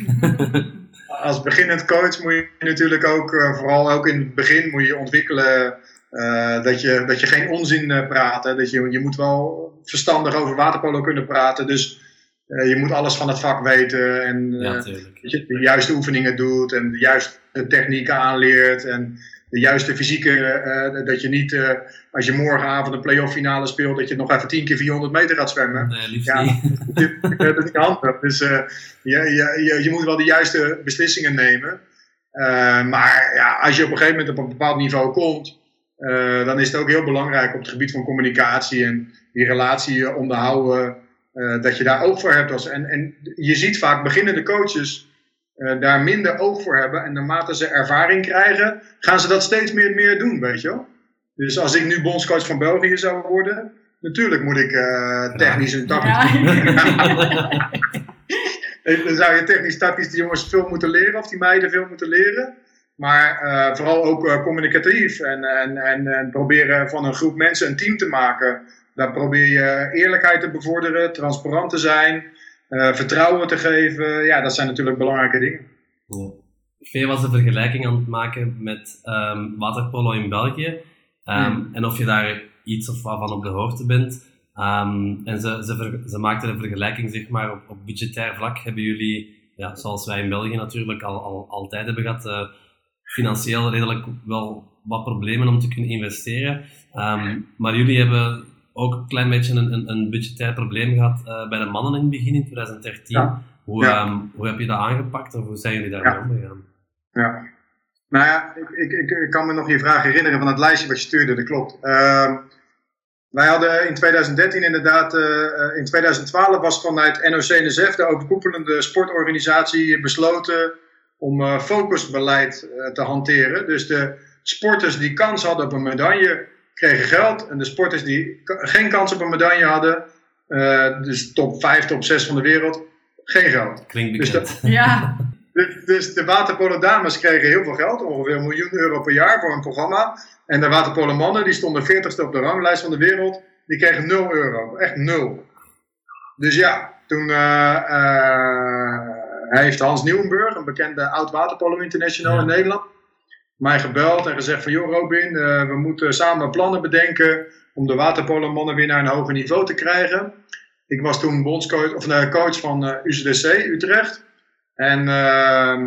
Als beginnend coach moet je natuurlijk ook, uh, vooral ook in het begin, moet je ontwikkelen uh, dat, je, dat je geen onzin uh, praat. Hè? Dat je, je moet wel verstandig over waterpolo kunnen praten. Dus uh, je moet alles van het vak weten. En uh, ja, dat je de juiste oefeningen doet en de juiste technieken aanleert. En de juiste fysieke, uh, dat je niet, uh, als je morgenavond een play-off finale speelt, dat je nog even tien keer vierhonderd meter gaat zwemmen. Nee, liefst ja, niet. Dat is niet handig. Dus uh, je, je, je, je moet wel de juiste beslissingen nemen. Uh, maar ja, als je op een gegeven moment op een bepaald niveau komt, uh, dan is het ook heel belangrijk op het gebied van communicatie en die relatie onderhouden, uh, dat je daar oog voor hebt. Als, en, en je ziet vaak beginnende coaches Uh, daar minder oog voor hebben. En naarmate ze ervaring krijgen, gaan ze dat steeds meer, meer doen, weet je wel. Dus als ik nu bondscoach van België zou worden, natuurlijk moet ik uh, technisch en tactisch... Ja. Dan zou je technisch tactisch die jongens veel moeten leren, of die meiden veel moeten leren. Maar uh, vooral ook uh, communicatief. En, en, en, en proberen van een groep mensen een team te maken. Daar probeer je eerlijkheid te bevorderen, transparant te zijn. uh, vertrouwen te geven. Ja, dat zijn natuurlijk belangrijke dingen. Ja. Vee was een vergelijking aan het maken met um, waterpolo in België. Um, hmm. En of je daar iets of wat van op de hoogte bent. Um, en ze, ze, ver, ze maakten een vergelijking, zeg maar, op, op budgetair vlak hebben jullie, ja, zoals wij in België natuurlijk al, al, altijd hebben gehad, uh, financieel redelijk wel wat problemen om te kunnen investeren. Um, maar jullie hebben ook een klein beetje een, een, een budgetair probleem gehad uh, bij de mannen in het begin, in twintig dertien. Ja. Hoe, ja. um, hoe heb je dat aangepakt of hoe zijn jullie daarmee ja. omgegaan? Ja, nou ja, ik, ik, ik, ik kan me nog je vraag herinneren van het lijstje wat je stuurde, dat klopt. Uh, wij hadden in twintig dertien inderdaad, uh, in twintig twaalf was vanuit N O C N S F, de overkoepelende sportorganisatie, besloten om uh, focusbeleid uh, te hanteren. Dus de sporters die kans hadden op een medaille kregen geld en de sporters die k- geen kans op een medaille hadden, uh, dus top vijf, top zes van de wereld, geen geld. Klinkt dus bekend. De, ja. Dus, dus de waterpolo dames kregen heel veel geld, ongeveer een miljoen euro per jaar voor een programma. En de waterpolo mannen, die stonden veertigste op de ranglijst van de wereld, die kregen nul euro. Echt nul. Dus ja, toen uh, uh, heeft Hans Nieuwenburg, een bekende oud waterpolo international ja. in Nederland, mij gebeld en gezegd van, joh Robin, uh, we moeten samen plannen bedenken om de waterpolo mannen weer naar een hoger niveau te krijgen. Ik was toen bondscoach, of uh, coach van uh, U C D C Utrecht. En uh,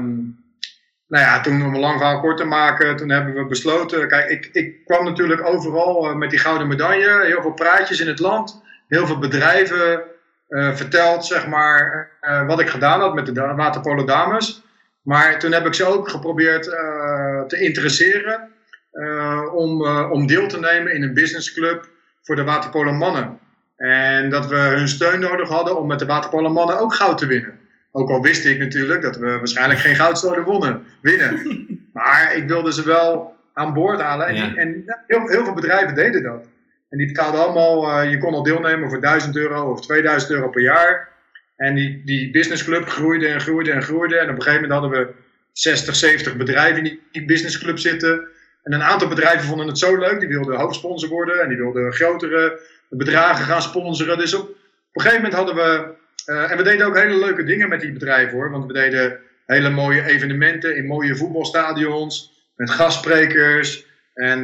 nou ja, toen om een lang verhaal kort te maken, toen hebben we besloten, kijk, ik, ik kwam natuurlijk overal uh, met die gouden medaille, heel veel praatjes in het land, heel veel bedrijven uh, verteld, zeg maar, uh, wat ik gedaan had met de da- waterpolo dames. Maar toen heb ik ze ook geprobeerd uh, te interesseren uh, om, uh, om deel te nemen in een businessclub voor de waterpolo mannen. En dat we hun steun nodig hadden om met de waterpolo mannen ook goud te winnen. Ook al wist ik natuurlijk dat we waarschijnlijk geen goud zouden wonnen, winnen. Maar ik wilde ze wel aan boord halen. En, die, en ja, heel, heel veel bedrijven deden dat. En die betaalden allemaal, uh, je kon al deelnemen voor duizend euro of tweeduizend euro per jaar. En die, die businessclub groeide en groeide en groeide. En op een gegeven moment hadden we zestig, zeventig bedrijven in die businessclub zitten. En een aantal bedrijven vonden het zo leuk. Die wilden hoofdsponsor worden. En die wilden grotere bedragen gaan sponsoren. Dus op, op een gegeven moment hadden we... Uh, en we deden ook hele leuke dingen met die bedrijven hoor. Want we deden hele mooie evenementen in mooie voetbalstadions. Met gastsprekers. En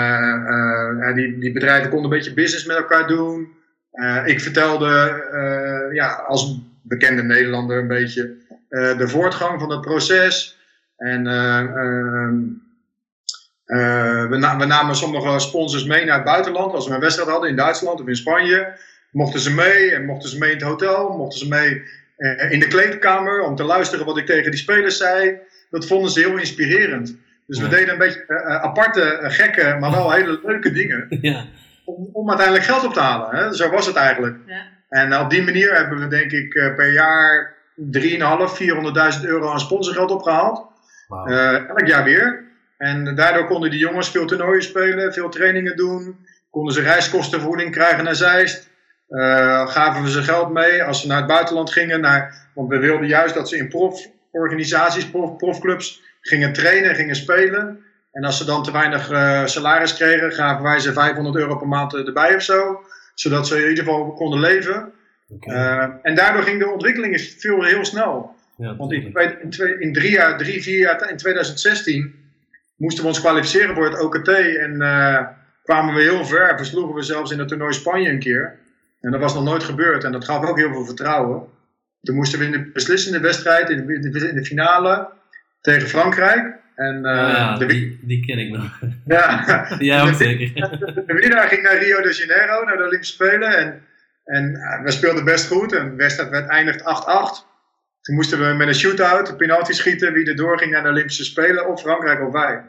uh, uh, die, die bedrijven konden een beetje business met elkaar doen. Uh, ik vertelde uh, ja, als bekende Nederlander een beetje uh, de voortgang van het proces. En uh, uh, uh, we, na- we namen sommige sponsors mee naar het buitenland. Als we een wedstrijd hadden in Duitsland of in Spanje, mochten ze mee. En mochten ze mee in het hotel, mochten ze mee uh, in de kleedkamer om te luisteren wat ik tegen die spelers zei. Dat vonden ze heel inspirerend. Dus ja. we deden een beetje uh, aparte, uh, gekke, maar wel hele leuke dingen. Ja. Om, om uiteindelijk geld op te halen. Hè? Zo was het eigenlijk. Ja. En uh, op die manier hebben we denk ik uh, per jaar drieënhalf, vierhonderdduizend euro aan sponsorgeld opgehaald. Wow. Uh, elk jaar weer. En daardoor konden die jongens veel toernooien spelen, veel trainingen doen. Konden ze reiskostenvergoeding krijgen naar Zeist. Uh, gaven we ze geld mee als ze naar het buitenland gingen. Naar, want we wilden juist dat ze in proforganisaties, prof, profclubs gingen trainen, gingen spelen. En als ze dan te weinig uh, salaris kregen, gaven wij ze vijfhonderd euro per maand erbij of zo. Zodat ze in ieder geval konden leven. Okay. Uh, en daardoor ging de ontwikkeling veel heel snel. Ja, want in, in, twee, in drie jaar, drie, vier jaar, in twintig zestien moesten we ons kwalificeren voor het O K T. En uh, kwamen we heel ver. Versloegen we zelfs in het toernooi Spanje een keer. En dat was nog nooit gebeurd. En dat gaf ook heel veel vertrouwen. Toen moesten we in de beslissende wedstrijd, in de, in de finale, tegen Frankrijk. En, uh, oh ja, de, die, die ken ik nog. Ja, ja ook zeker. De, de winnaar ging naar Rio de Janeiro, naar de Olympische Spelen. En, en uh, we speelden best goed. En de wedstrijd werd eindigd acht acht. Toen moesten we met een shootout, een penalty schieten, wie er doorging naar de Olympische Spelen, of Frankrijk of wij.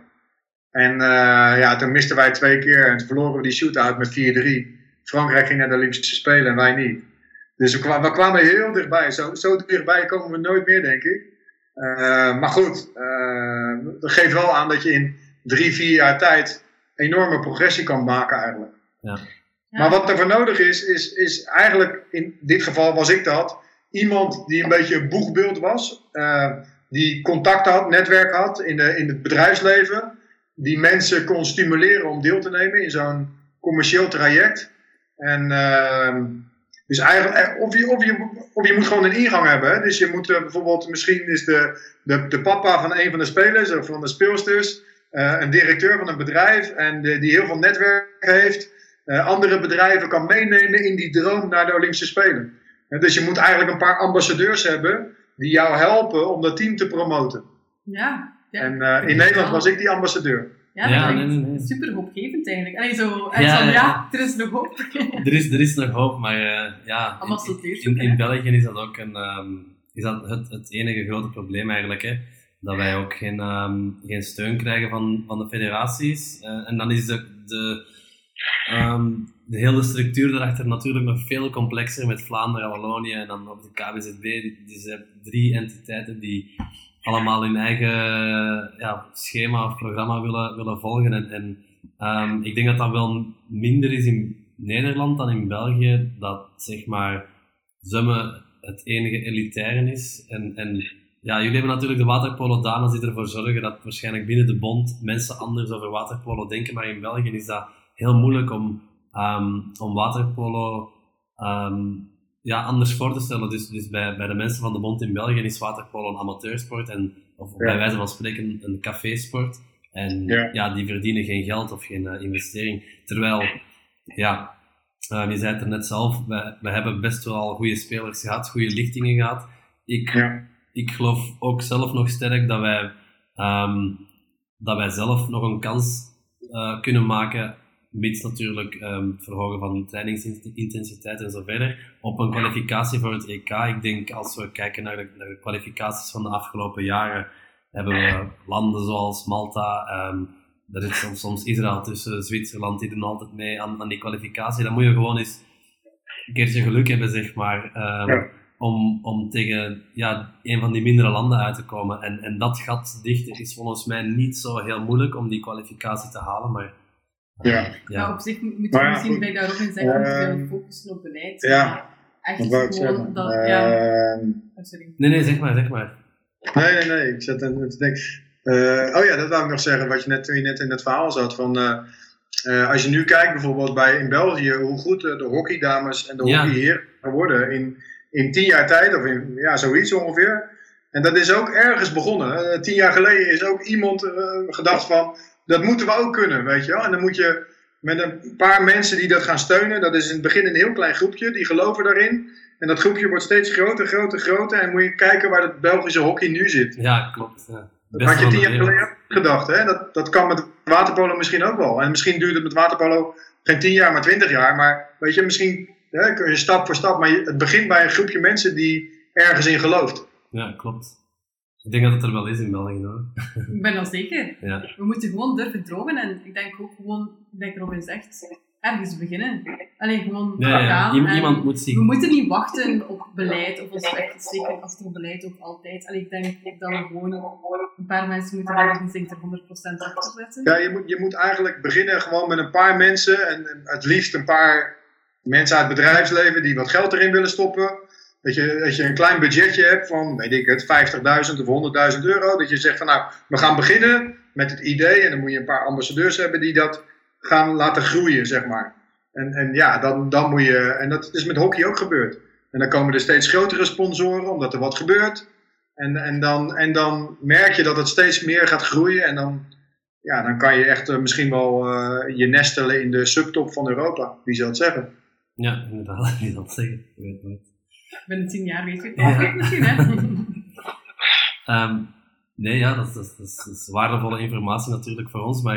En uh, ja, toen misten wij twee keer en toen verloren we die shootout met vier drie. Frankrijk ging naar de Olympische Spelen en wij niet. Dus we kwamen, we kwamen heel dichtbij. Zo, zo dichtbij komen we nooit meer, denk ik. Uh, maar goed, uh, dat geeft wel aan dat je in drie, vier jaar tijd enorme progressie kan maken eigenlijk. Ja. Ja. Maar wat er voor nodig is, is, is eigenlijk, in dit geval was ik dat, iemand die een beetje een boegbeeld was, uh, die contact had, netwerk had in, de, in het bedrijfsleven, die mensen kon stimuleren om deel te nemen in zo'n commercieel traject. En uh, Dus eigenlijk, of je, of je, of je moet gewoon een ingang hebben. Hè? Dus je moet uh, bijvoorbeeld, misschien is de, de, de papa van een van de spelers of van de speelsters uh, een directeur van een bedrijf en de, die heel veel netwerk heeft. Uh, andere bedrijven kan meenemen in die droom naar de Olympische Spelen. Uh, dus je moet eigenlijk een paar ambassadeurs hebben die jou helpen om dat team te promoten. Ja. ja. En uh, in Nederland was ik die ambassadeur. Ja, dat ja, is nee, nee, nee. super hoopgevend eigenlijk. Allee, zo, en Ja, zo, ja, ja. er is nog hoop. Er is, er is nog hoop, maar uh, ja, Ambassadeurs in, ook, in, hè? in België is dat ook een, um, is dat het, het enige grote probleem eigenlijk, hè, dat wij ook geen, um, geen steun krijgen van, van de federaties. Uh, en dan is de, de, um, de hele structuur daarachter natuurlijk nog veel complexer met Vlaanderen, Wallonië en dan op de K B Z B. Dus je hebt drie entiteiten die allemaal hun eigen ja, schema of programma willen, willen volgen. En, en um, ik denk dat dat wel minder is in Nederland dan in België, dat zeg maar zwemmen het enige elitaire is. En, en ja, jullie hebben natuurlijk de waterpolo-dames die ervoor zorgen dat waarschijnlijk binnen de bond mensen anders over waterpolo denken, maar in België is dat heel moeilijk om, um, om waterpolo um, ja, anders voor te stellen. Dus, dus bij, bij de mensen van de bond in België is waterpolo een amateursport en, of ja. bij wijze van spreken een cafésport. En ja. ja, die verdienen geen geld of geen uh, investering. Terwijl, ja, uh, je zei het er net zelf, we, we hebben best wel goede spelers gehad, goede lichtingen gehad. Ik, ja. ik geloof ook zelf nog sterk dat wij, um, dat wij zelf nog een kans uh, kunnen maken, mits natuurlijk um, verhogen van trainingsintensiteit en zo verder, op een kwalificatie voor het E K. Ik denk, als we kijken naar de, naar de kwalificaties van de afgelopen jaren, hebben we landen zoals Malta, um, er is soms, soms Israël tussen, Zwitserland, die doen altijd mee aan, aan die kwalificatie. Dan moet je gewoon eens een keertje geluk hebben, zeg maar, um, ja. om, om tegen ja, een van die mindere landen uit te komen. En, en dat gat dichten is volgens mij niet zo heel moeilijk om die kwalificatie te halen, maar Ja. Ja. ja, op zich moet je ja, misschien bij daarop in zeggen, uh, dat we focussen op beleid. Ja, echt gewoon dat, uh, ja... Oh, sorry. Nee, nee, zeg maar, zeg maar. Nee, nee, nee, ik zat aan te denken. Uh, oh ja, dat wou ik nog zeggen, wat je net, toen je net in het verhaal zat. Van, uh, uh, als je nu kijkt bijvoorbeeld bij, in België, hoe goed uh, de hockeydames en de ja. hockeyheren worden in, in tien jaar tijd, of in, ja, zoiets ongeveer. En dat is ook ergens begonnen. Uh, tien jaar geleden is ook iemand uh, gedacht van, dat moeten we ook kunnen, weet je wel. En dan moet je met een paar mensen die dat gaan steunen, dat is in het begin een heel klein groepje, die geloven daarin. En dat groepje wordt steeds groter, groter, groter. En moet je kijken waar het Belgische hockey nu zit. Ja, klopt. Ja. Dat had je tien jaar geleden gedacht, hè? Dat, dat kan met waterpolo misschien ook wel. En misschien duurt het met waterpolo geen tien jaar, maar twintig jaar. Maar weet je, misschien hè, kun je stap voor stap. Maar het begint bij een groepje mensen die ergens in gelooft. Ja, klopt. Ik denk dat het er wel is in België, hoor. Ik ben dat zeker. Ja. We moeten gewoon durven dromen. En ik denk ook gewoon, like Robin zegt, ergens beginnen. Alleen gewoon ja, ja. gaan. Iem- iemand moet zien. We moeten niet wachten op beleid, of ons zeker achter beleid ook altijd. Allee, ik denk dat we gewoon een paar mensen moeten hebben die zich er honderd procent achter zetten. Ja, je moet, je moet eigenlijk beginnen gewoon met een paar mensen. En, en het liefst een paar mensen uit het bedrijfsleven die wat geld erin willen stoppen. Dat je, dat je een klein budgetje hebt van, weet ik het, vijftigduizend of honderdduizend euro. Dat je zegt van, nou, we gaan beginnen met het idee. En dan moet je een paar ambassadeurs hebben die dat gaan laten groeien, zeg maar. En, en ja, dan, dan moet je, en dat is met hockey ook gebeurd. En dan komen er steeds grotere sponsoren, omdat er wat gebeurt. En, en, dan, en dan merk je dat het steeds meer gaat groeien. En dan, ja, dan kan je echt uh, misschien wel uh, je nestelen in de subtop van Europa. Wie zou het zeggen? Ja, inderdaad, wie zal het zeggen? Ik weet het niet. Binnen tien jaar weet je het ja. Niet misschien, hè? um, nee, ja, dat is, dat, is, dat is waardevolle informatie natuurlijk voor ons, maar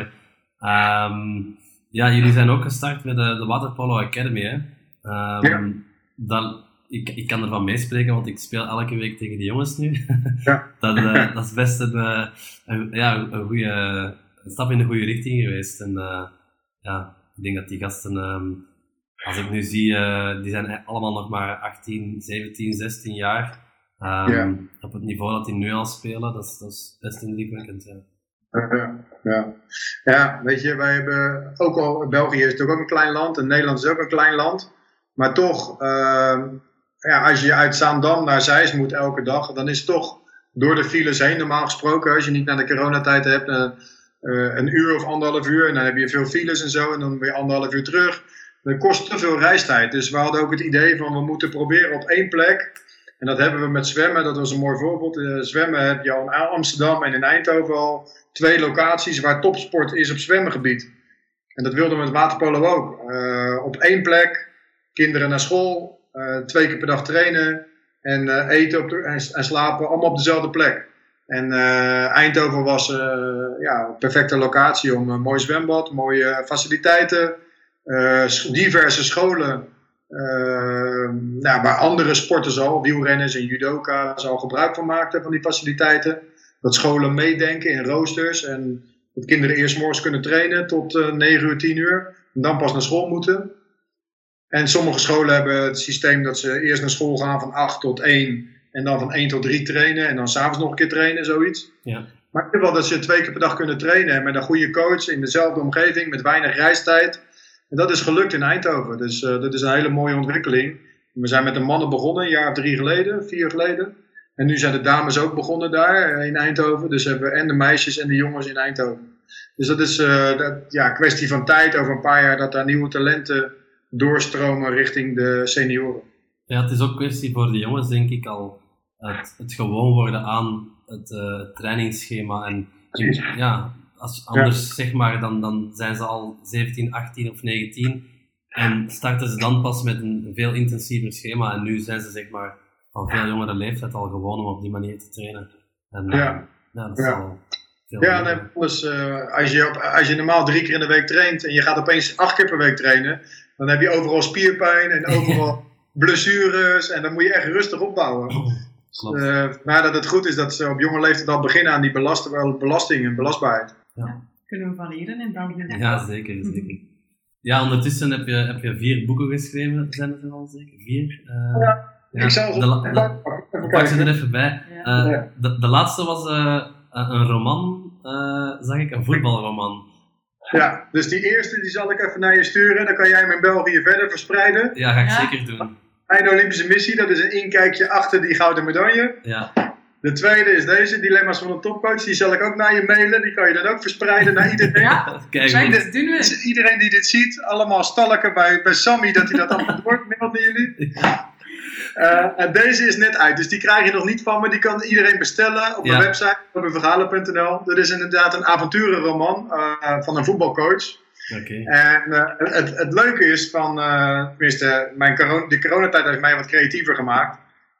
um, ja, jullie zijn ook gestart met de, de Waterpolo Academy, hè? Um, ja. dat, ik, ik kan ervan meespreken, want ik speel elke week tegen die jongens nu. Ja. dat, uh, dat is best een, uh, een, ja, een, goeie, een stap in de goede richting geweest. En uh, ja, ik denk dat die gasten... Um, Als ik nu zie, uh, die zijn allemaal nog maar achttien, zeventien, zestien jaar. Um, ja. Op het niveau dat die nu al spelen, dat is, dat is best indrukwekkend. Ja. Ja, ja. ja, weet je, wij hebben ook al, België is natuurlijk ook een klein land en Nederland is ook een klein land. Maar toch, uh, ja, als je uit Zaandam naar Zeist moet elke dag, dan is het toch door de files heen, normaal gesproken, als je niet naar de coronatijd hebt, uh, uh, een uur of anderhalf uur en dan heb je veel files en zo en dan weer anderhalf uur terug. dat kost te veel reistijd. Dus we hadden ook het idee van we moeten proberen op één plek. En dat hebben we met zwemmen, dat was een mooi voorbeeld. Uh, zwemmen heb je al in Amsterdam en in Eindhoven al twee locaties waar topsport is op zwemmengebied. En dat wilden we met waterpolo ook. Uh, op één plek, kinderen naar school, uh, twee keer per dag trainen en uh, eten op de, en, en slapen, allemaal op dezelfde plek. En uh, Eindhoven was uh, ja, een perfecte locatie om een mooi zwembad, mooie faciliteiten, uh, diverse scholen. Uh, nou, waar andere sporters al, wielrenners en judoka's al gebruik van maakten van die faciliteiten. Dat scholen meedenken in roosters en dat kinderen eerst morgens kunnen trainen tot uh, negen uur, tien uur. En dan pas naar school moeten. En sommige scholen hebben het systeem dat ze eerst naar school gaan van acht tot één. En dan van één tot drie trainen. En dan s'avonds nog een keer trainen, zoiets. Ja. Maar ik vind wel dat ze twee keer per dag kunnen trainen. Met een goede coach in dezelfde omgeving. Met weinig reistijd. En dat is gelukt in Eindhoven. Dus uh, dat is een hele mooie ontwikkeling. We zijn met de mannen begonnen, een jaar of drie geleden, vier geleden. En nu zijn de dames ook begonnen daar uh, in Eindhoven. Dus hebben we en de meisjes en de jongens in Eindhoven. Dus dat is uh, dat, ja, kwestie van tijd, over een paar jaar, dat daar nieuwe talenten doorstromen richting de senioren. Ja, het is ook kwestie voor de jongens, denk ik, al het, het gewoon worden aan het uh, trainingsschema. En in, ja, als, anders ja. zeg maar, dan, dan zijn ze al zeventien, achttien of negentien en starten ze dan pas met een veel intensiever schema. En nu zijn ze zeg maar van veel jongere leeftijd al gewoon om op die manier te trainen. En, ja. Uh, ja, dat is ja. al veel Ja, nee, dus, uh, als, je op, als je normaal drie keer in de week traint en je gaat opeens acht keer per week trainen, dan heb je overal spierpijn en overal blessures en dan moet je echt rustig opbouwen. Klopt. Uh, maar dat het goed is dat ze op jonge leeftijd al beginnen aan die belast, belasting en belastbaarheid. Ja. Kunnen we variëren in België? Ja, zeker, zeker. Ja, ondertussen heb je, heb je vier boeken geschreven, zijn het er al zeker? Vier? Uh, ja, ja, ik zal ze de, de, de, pak ze er even bij. Ja. Uh, de, de laatste was uh, een roman, uh, zag ik, een voetbalroman. Ja, dus die eerste die zal ik even naar je sturen. Dan kan jij hem in België verder verspreiden. Ja, ga ik Ja. zeker doen. Mijn Olympische missie, dat is een inkijkje achter die gouden medaille. Ja, De tweede is deze, Dilemma's van een topcoach. Die zal ik ook naar je mailen. Die kan je dan ook verspreiden naar iedereen. Ja, kijk Kijk, goed. dat doen we. Dus iedereen die dit ziet, allemaal stalken bij, bij Sammy, dat hij dat allemaal doormailt naar jullie. Uh, en deze is net uit, dus die krijg je nog niet van me. Die kan iedereen bestellen op Ja. mijn website, op verhalen punt n l. Dat is inderdaad een avonturenroman uh, van een voetbalcoach. Oké. En uh, het, het leuke is van, uh, tenminste, mijn corona, de coronatijd heeft mij wat creatiever gemaakt.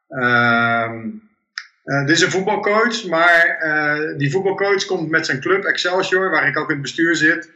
Uh, uh, dit is een voetbalcoach, maar uh, die voetbalcoach komt met zijn club Excelsior, waar ik ook in het bestuur zit,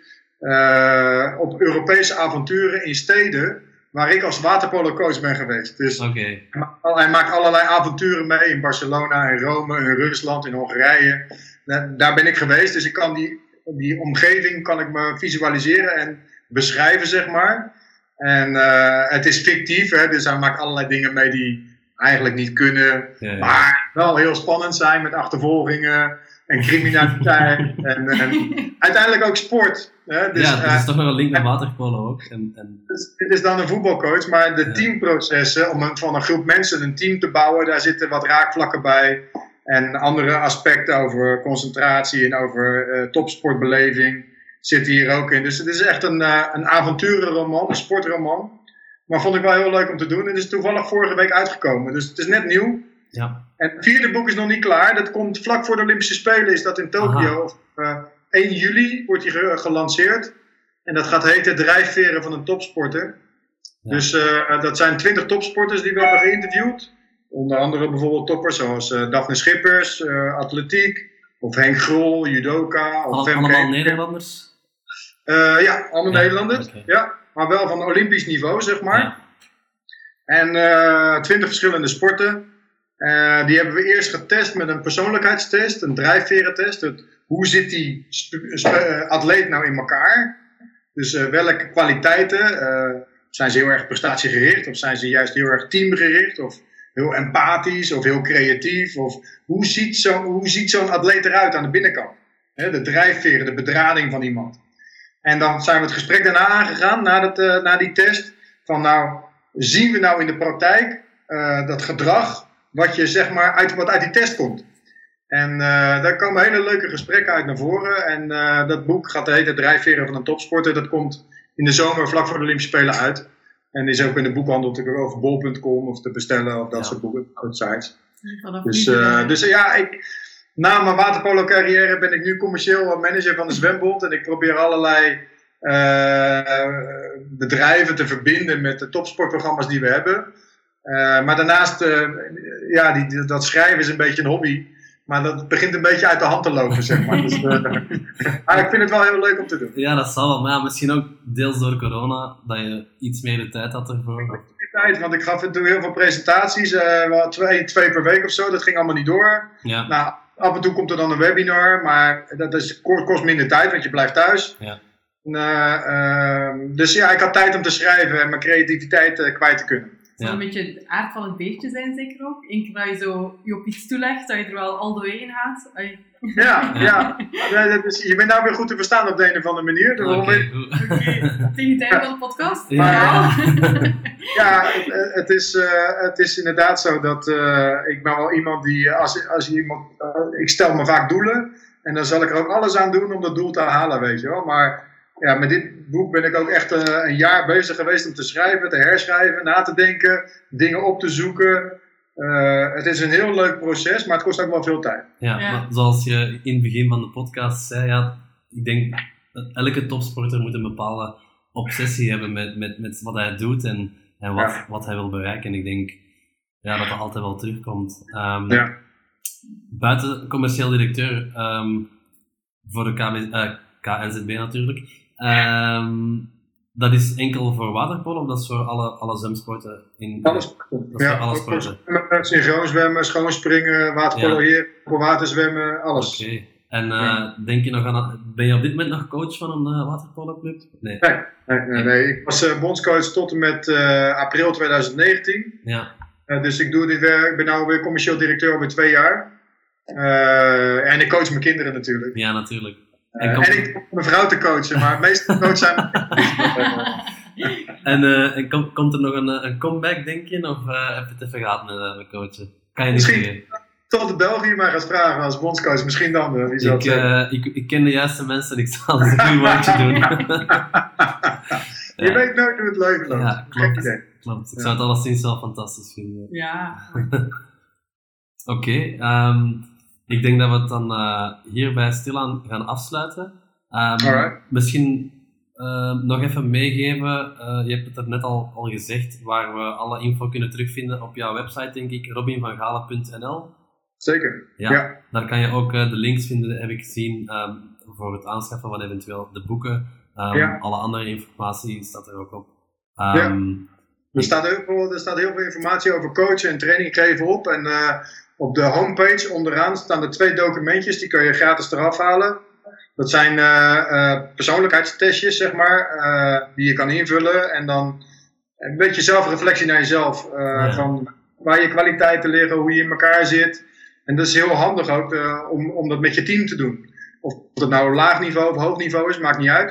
uh, op Europese avonturen in steden waar ik als waterpolo-coach ben geweest. Dus Oké. hij maakt allerlei avonturen mee in Barcelona, in Rome, in Rusland, in Hongarije. Daar ben ik geweest, dus ik kan die, die omgeving kan ik me visualiseren en beschrijven, zeg maar. En uh, het is fictief, hè, dus hij maakt allerlei dingen mee die eigenlijk niet kunnen, Ja, ja. maar wel heel spannend zijn met achtervolgingen en criminaliteit en, en uiteindelijk ook sport. Hè, dus, ja, er uh, is toch nog een link met waterpolo ook. En, en... Dus dit is dan een voetbalcoach, maar de Ja. teamprocessen om een, van een groep mensen een team te bouwen, daar zitten wat raakvlakken bij. En andere aspecten over concentratie en over uh, topsportbeleving zitten hier ook in. Dus het is echt een, uh, een avonturenroman, een sportroman. Maar vond ik wel heel leuk om te doen. En het is toevallig vorige week uitgekomen, dus het is net nieuw. Ja. En het vierde boek is nog niet klaar. Dat komt vlak voor de Olympische Spelen, is dat in Tokio. Of, uh, één juli wordt die ge- gelanceerd. En dat gaat heten Drijfveren van een topsporter. Ja. Dus uh, dat zijn twintig topsporters die we hebben geïnterviewd. Onder andere bijvoorbeeld toppers zoals uh, Daphne Schippers, uh, atletiek. Of Henk Grol, judoka. Of Alle, Femke allemaal Heemskerk. Nederlanders? Uh, ja, allemaal Ja, Nederlanders. oké. Ja, maar wel van Olympisch niveau, zeg maar. Ja. En uh, twintig verschillende sporten. Uh, die hebben we eerst getest met een persoonlijkheidstest, een drijfverentest. Het, hoe zit die sp- sp- uh, atleet nou in elkaar? Dus uh, welke kwaliteiten? Uh, zijn ze heel erg prestatiegericht? Of zijn ze juist heel erg teamgericht? Of heel empathisch? Of heel creatief? Of hoe ziet, zo, hoe ziet zo'n atleet eruit aan de binnenkant? He, de drijfveren, de bedrading van iemand. En dan zijn we het gesprek daarna aangegaan, na, dat, uh, na die test. Van nou, zien we nou in de praktijk uh, dat gedrag wat, je, zeg maar, uit, wat uit die test komt. En uh, daar komen hele leuke gesprekken uit naar voren. En uh, dat boek gaat heten Drijfveren van een topsporter. Dat komt in de zomer vlak voor de Olympische Spelen uit. En is ook in de boekhandel natuurlijk over bol punt com of te bestellen of dat Ja. soort boeken, soort sites. Vanaf Dus, nu, uh, eh, dus uh, ja, ik, na mijn waterpolo carrière ben ik nu commercieel manager van de zwembond. En ik probeer allerlei uh, bedrijven te verbinden met de topsportprogramma's die we hebben. Uh, maar daarnaast, uh, ja, die, die, dat schrijven is een beetje een hobby. Maar dat begint een beetje uit de hand te lopen, zeg maar. Dus, uh, maar ik vind het wel heel leuk om te doen. Ja, dat zal wel. Maar ja, misschien ook deels door corona, dat je iets meer de tijd had ervoor. Tijd, want ik gaf doe heel veel presentaties, uh, wel twee, twee per week of zo. Dat ging allemaal niet door. Ja. Nou, af en toe komt er dan een webinar, maar dat is, kost minder tijd, want je blijft thuis. Ja. Uh, uh, dus ja, ik had tijd om te schrijven en mijn creativiteit uh, kwijt te kunnen. Het zal Ja. een beetje de aard van het beestje zijn, zeker ook. Eén keer dat je zo je op iets toelegt, dat je er wel al de way in gaat. Ai. Ja, ja. ja dat is, je bent nou weer goed te verstaan op de een of andere manier. Oké, Okay. goed. Oké, tegen het einde van de podcast. Ja. Ja, het, het, is, uh, het is inderdaad zo dat uh, ik ben wel iemand die, als, als iemand, uh, ik stel me vaak doelen en dan zal ik er ook alles aan doen om dat doel te halen, weet je wel. Maar ja, met dit boek ben ik ook echt uh, een jaar bezig geweest om te schrijven, te herschrijven, na te denken, dingen op te zoeken. Uh, het is een heel leuk proces, maar het kost ook wel veel tijd. Ja, Ja. maar zoals je in het begin van de podcast zei, ja, ik denk dat elke topsporter moet een bepaalde obsessie hebben met, met, met wat hij doet en, en wat, Ja. wat hij wil bereiken. Ik denk ja, dat dat altijd wel terugkomt. Um, Ja. Buiten commercieel directeur um, voor de K B, uh, K N Z B natuurlijk. Um, dat is enkel voor waterpolo of dat is voor alle, alle zwemsporten? In, Alles. Dat is Ja, voor alle sporten? synchroon zwemmen, schoonspringen, waterpolo Ja. hier, waterzwemmen, alles. Oké. En uh, Ja. denk je nog aan, ben je op dit moment nog coach van een uh, waterpolo club? Nee. Nee, nee, nee, nee. Ik was uh, bondscoach tot en met uh, april twintig negentien. Ja. Uh, dus ik doe dit weer, ik ben nu weer commercieel directeur alweer twee jaar. Uh, en ik coach mijn kinderen natuurlijk. Ja, natuurlijk. Uh, En, en, kom, ik probeer mijn vrouw te coachen, maar meestal coach zijn. en, uh, en kom, komt er nog een, uh, een comeback, denk je? Of uh, heb je het even gehad met, uh, met coachen? Kan je niet Misschien. zeggen. Tot de België maar gaat vragen als bondscoach, misschien dan. Uh, wie zal Ik, het zeggen? uh, ik, ik ken de juiste mensen en ik zal een goed woordje doen. Je weet nooit hoe het leven loopt. Ja, Gek klopt. idee. Klopt. Ik Ja. zou het alleszins wel fantastisch vinden. Ja. Oké, um, ik denk dat we het dan uh, hierbij stilaan gaan afsluiten. Um, Alright. Misschien uh, nog even meegeven, uh, je hebt het er net al, al gezegd, waar we alle info kunnen terugvinden op jouw website, denk ik, robin van galen punt n l. Zeker. Ja, Ja. daar kan je ook uh, de links vinden, heb ik gezien, um, voor het aanschaffen van eventueel de boeken. Um, Ja. Alle andere informatie staat er ook op. Um, Er staat, heel veel, er staat heel veel informatie over coachen en training geven op. En uh, op de homepage onderaan staan er twee documentjes, die kun je gratis eraf halen. Dat zijn uh, uh, persoonlijkheidstestjes, zeg maar, uh, die je kan invullen. En dan een beetje zelfreflectie naar jezelf. Uh, Ja. Van waar je kwaliteiten liggen, hoe je in elkaar zit. En dat is heel handig ook uh, om, om dat met je team te doen. Of het nou laag niveau of hoog niveau is, maakt niet uit.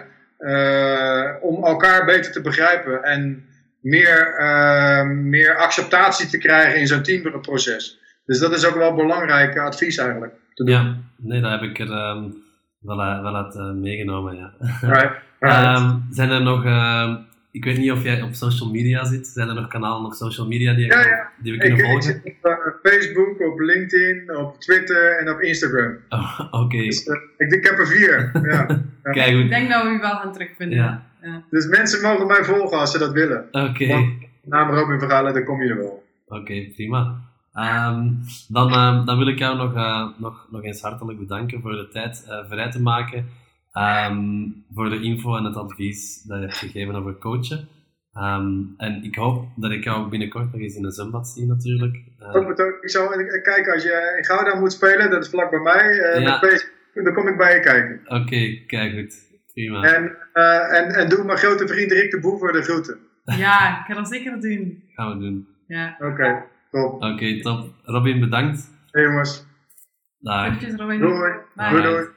Uh, om elkaar beter te begrijpen en meer, uh, meer acceptatie te krijgen in zo'n teamproces. Dus dat is ook wel belangrijk advies eigenlijk. Te doen. ja, nee, daar heb ik er um, wel, uh, wel uit uh, meegenomen, ja. Right. Right. Um, zijn er nog, uh, ik weet niet of jij op social media zit, zijn er nog kanalen op social media die, Ja, ja. die we ik, kunnen ik volgen? zit op uh, Facebook, op LinkedIn, op Twitter en op Instagram. Oh, Oké, okay. Dus, uh, ik, ik heb er vier. Ja. kijk Ik goed. denk dat we u wel gaan terugvinden. Ja. Ja. Dus mensen mogen mij volgen als ze dat willen. Oké, okay. Naam Robin Verhalen, dan kom je er wel. Oké, okay, prima. Um, dan, um, dan wil ik jou nog, uh, nog, nog eens hartelijk bedanken voor de tijd uh, vrij te maken. Um, voor de info en het advies dat je hebt gegeven over coachen. Um, en ik hoop dat ik jou binnenkort nog eens in een zwembad zie natuurlijk. Uh, Ook met, ik zou kijken, als je in Gouda moet spelen, dat is vlak bij mij, uh, Ja. met Facebook, dan kom ik bij je kijken. Oké, okay, kijk goed. Prima. En, uh, en, en doe mijn grote vriend Rick de Boer voor de groeten. Ja, ik ga dat zeker doen. Gaan we doen. Ja. Oké, okay, top. Oké, okay, top. Robin, bedankt. Hey jongens. Dag. Groetjes, Robin. Doei. Bye. Doei doei.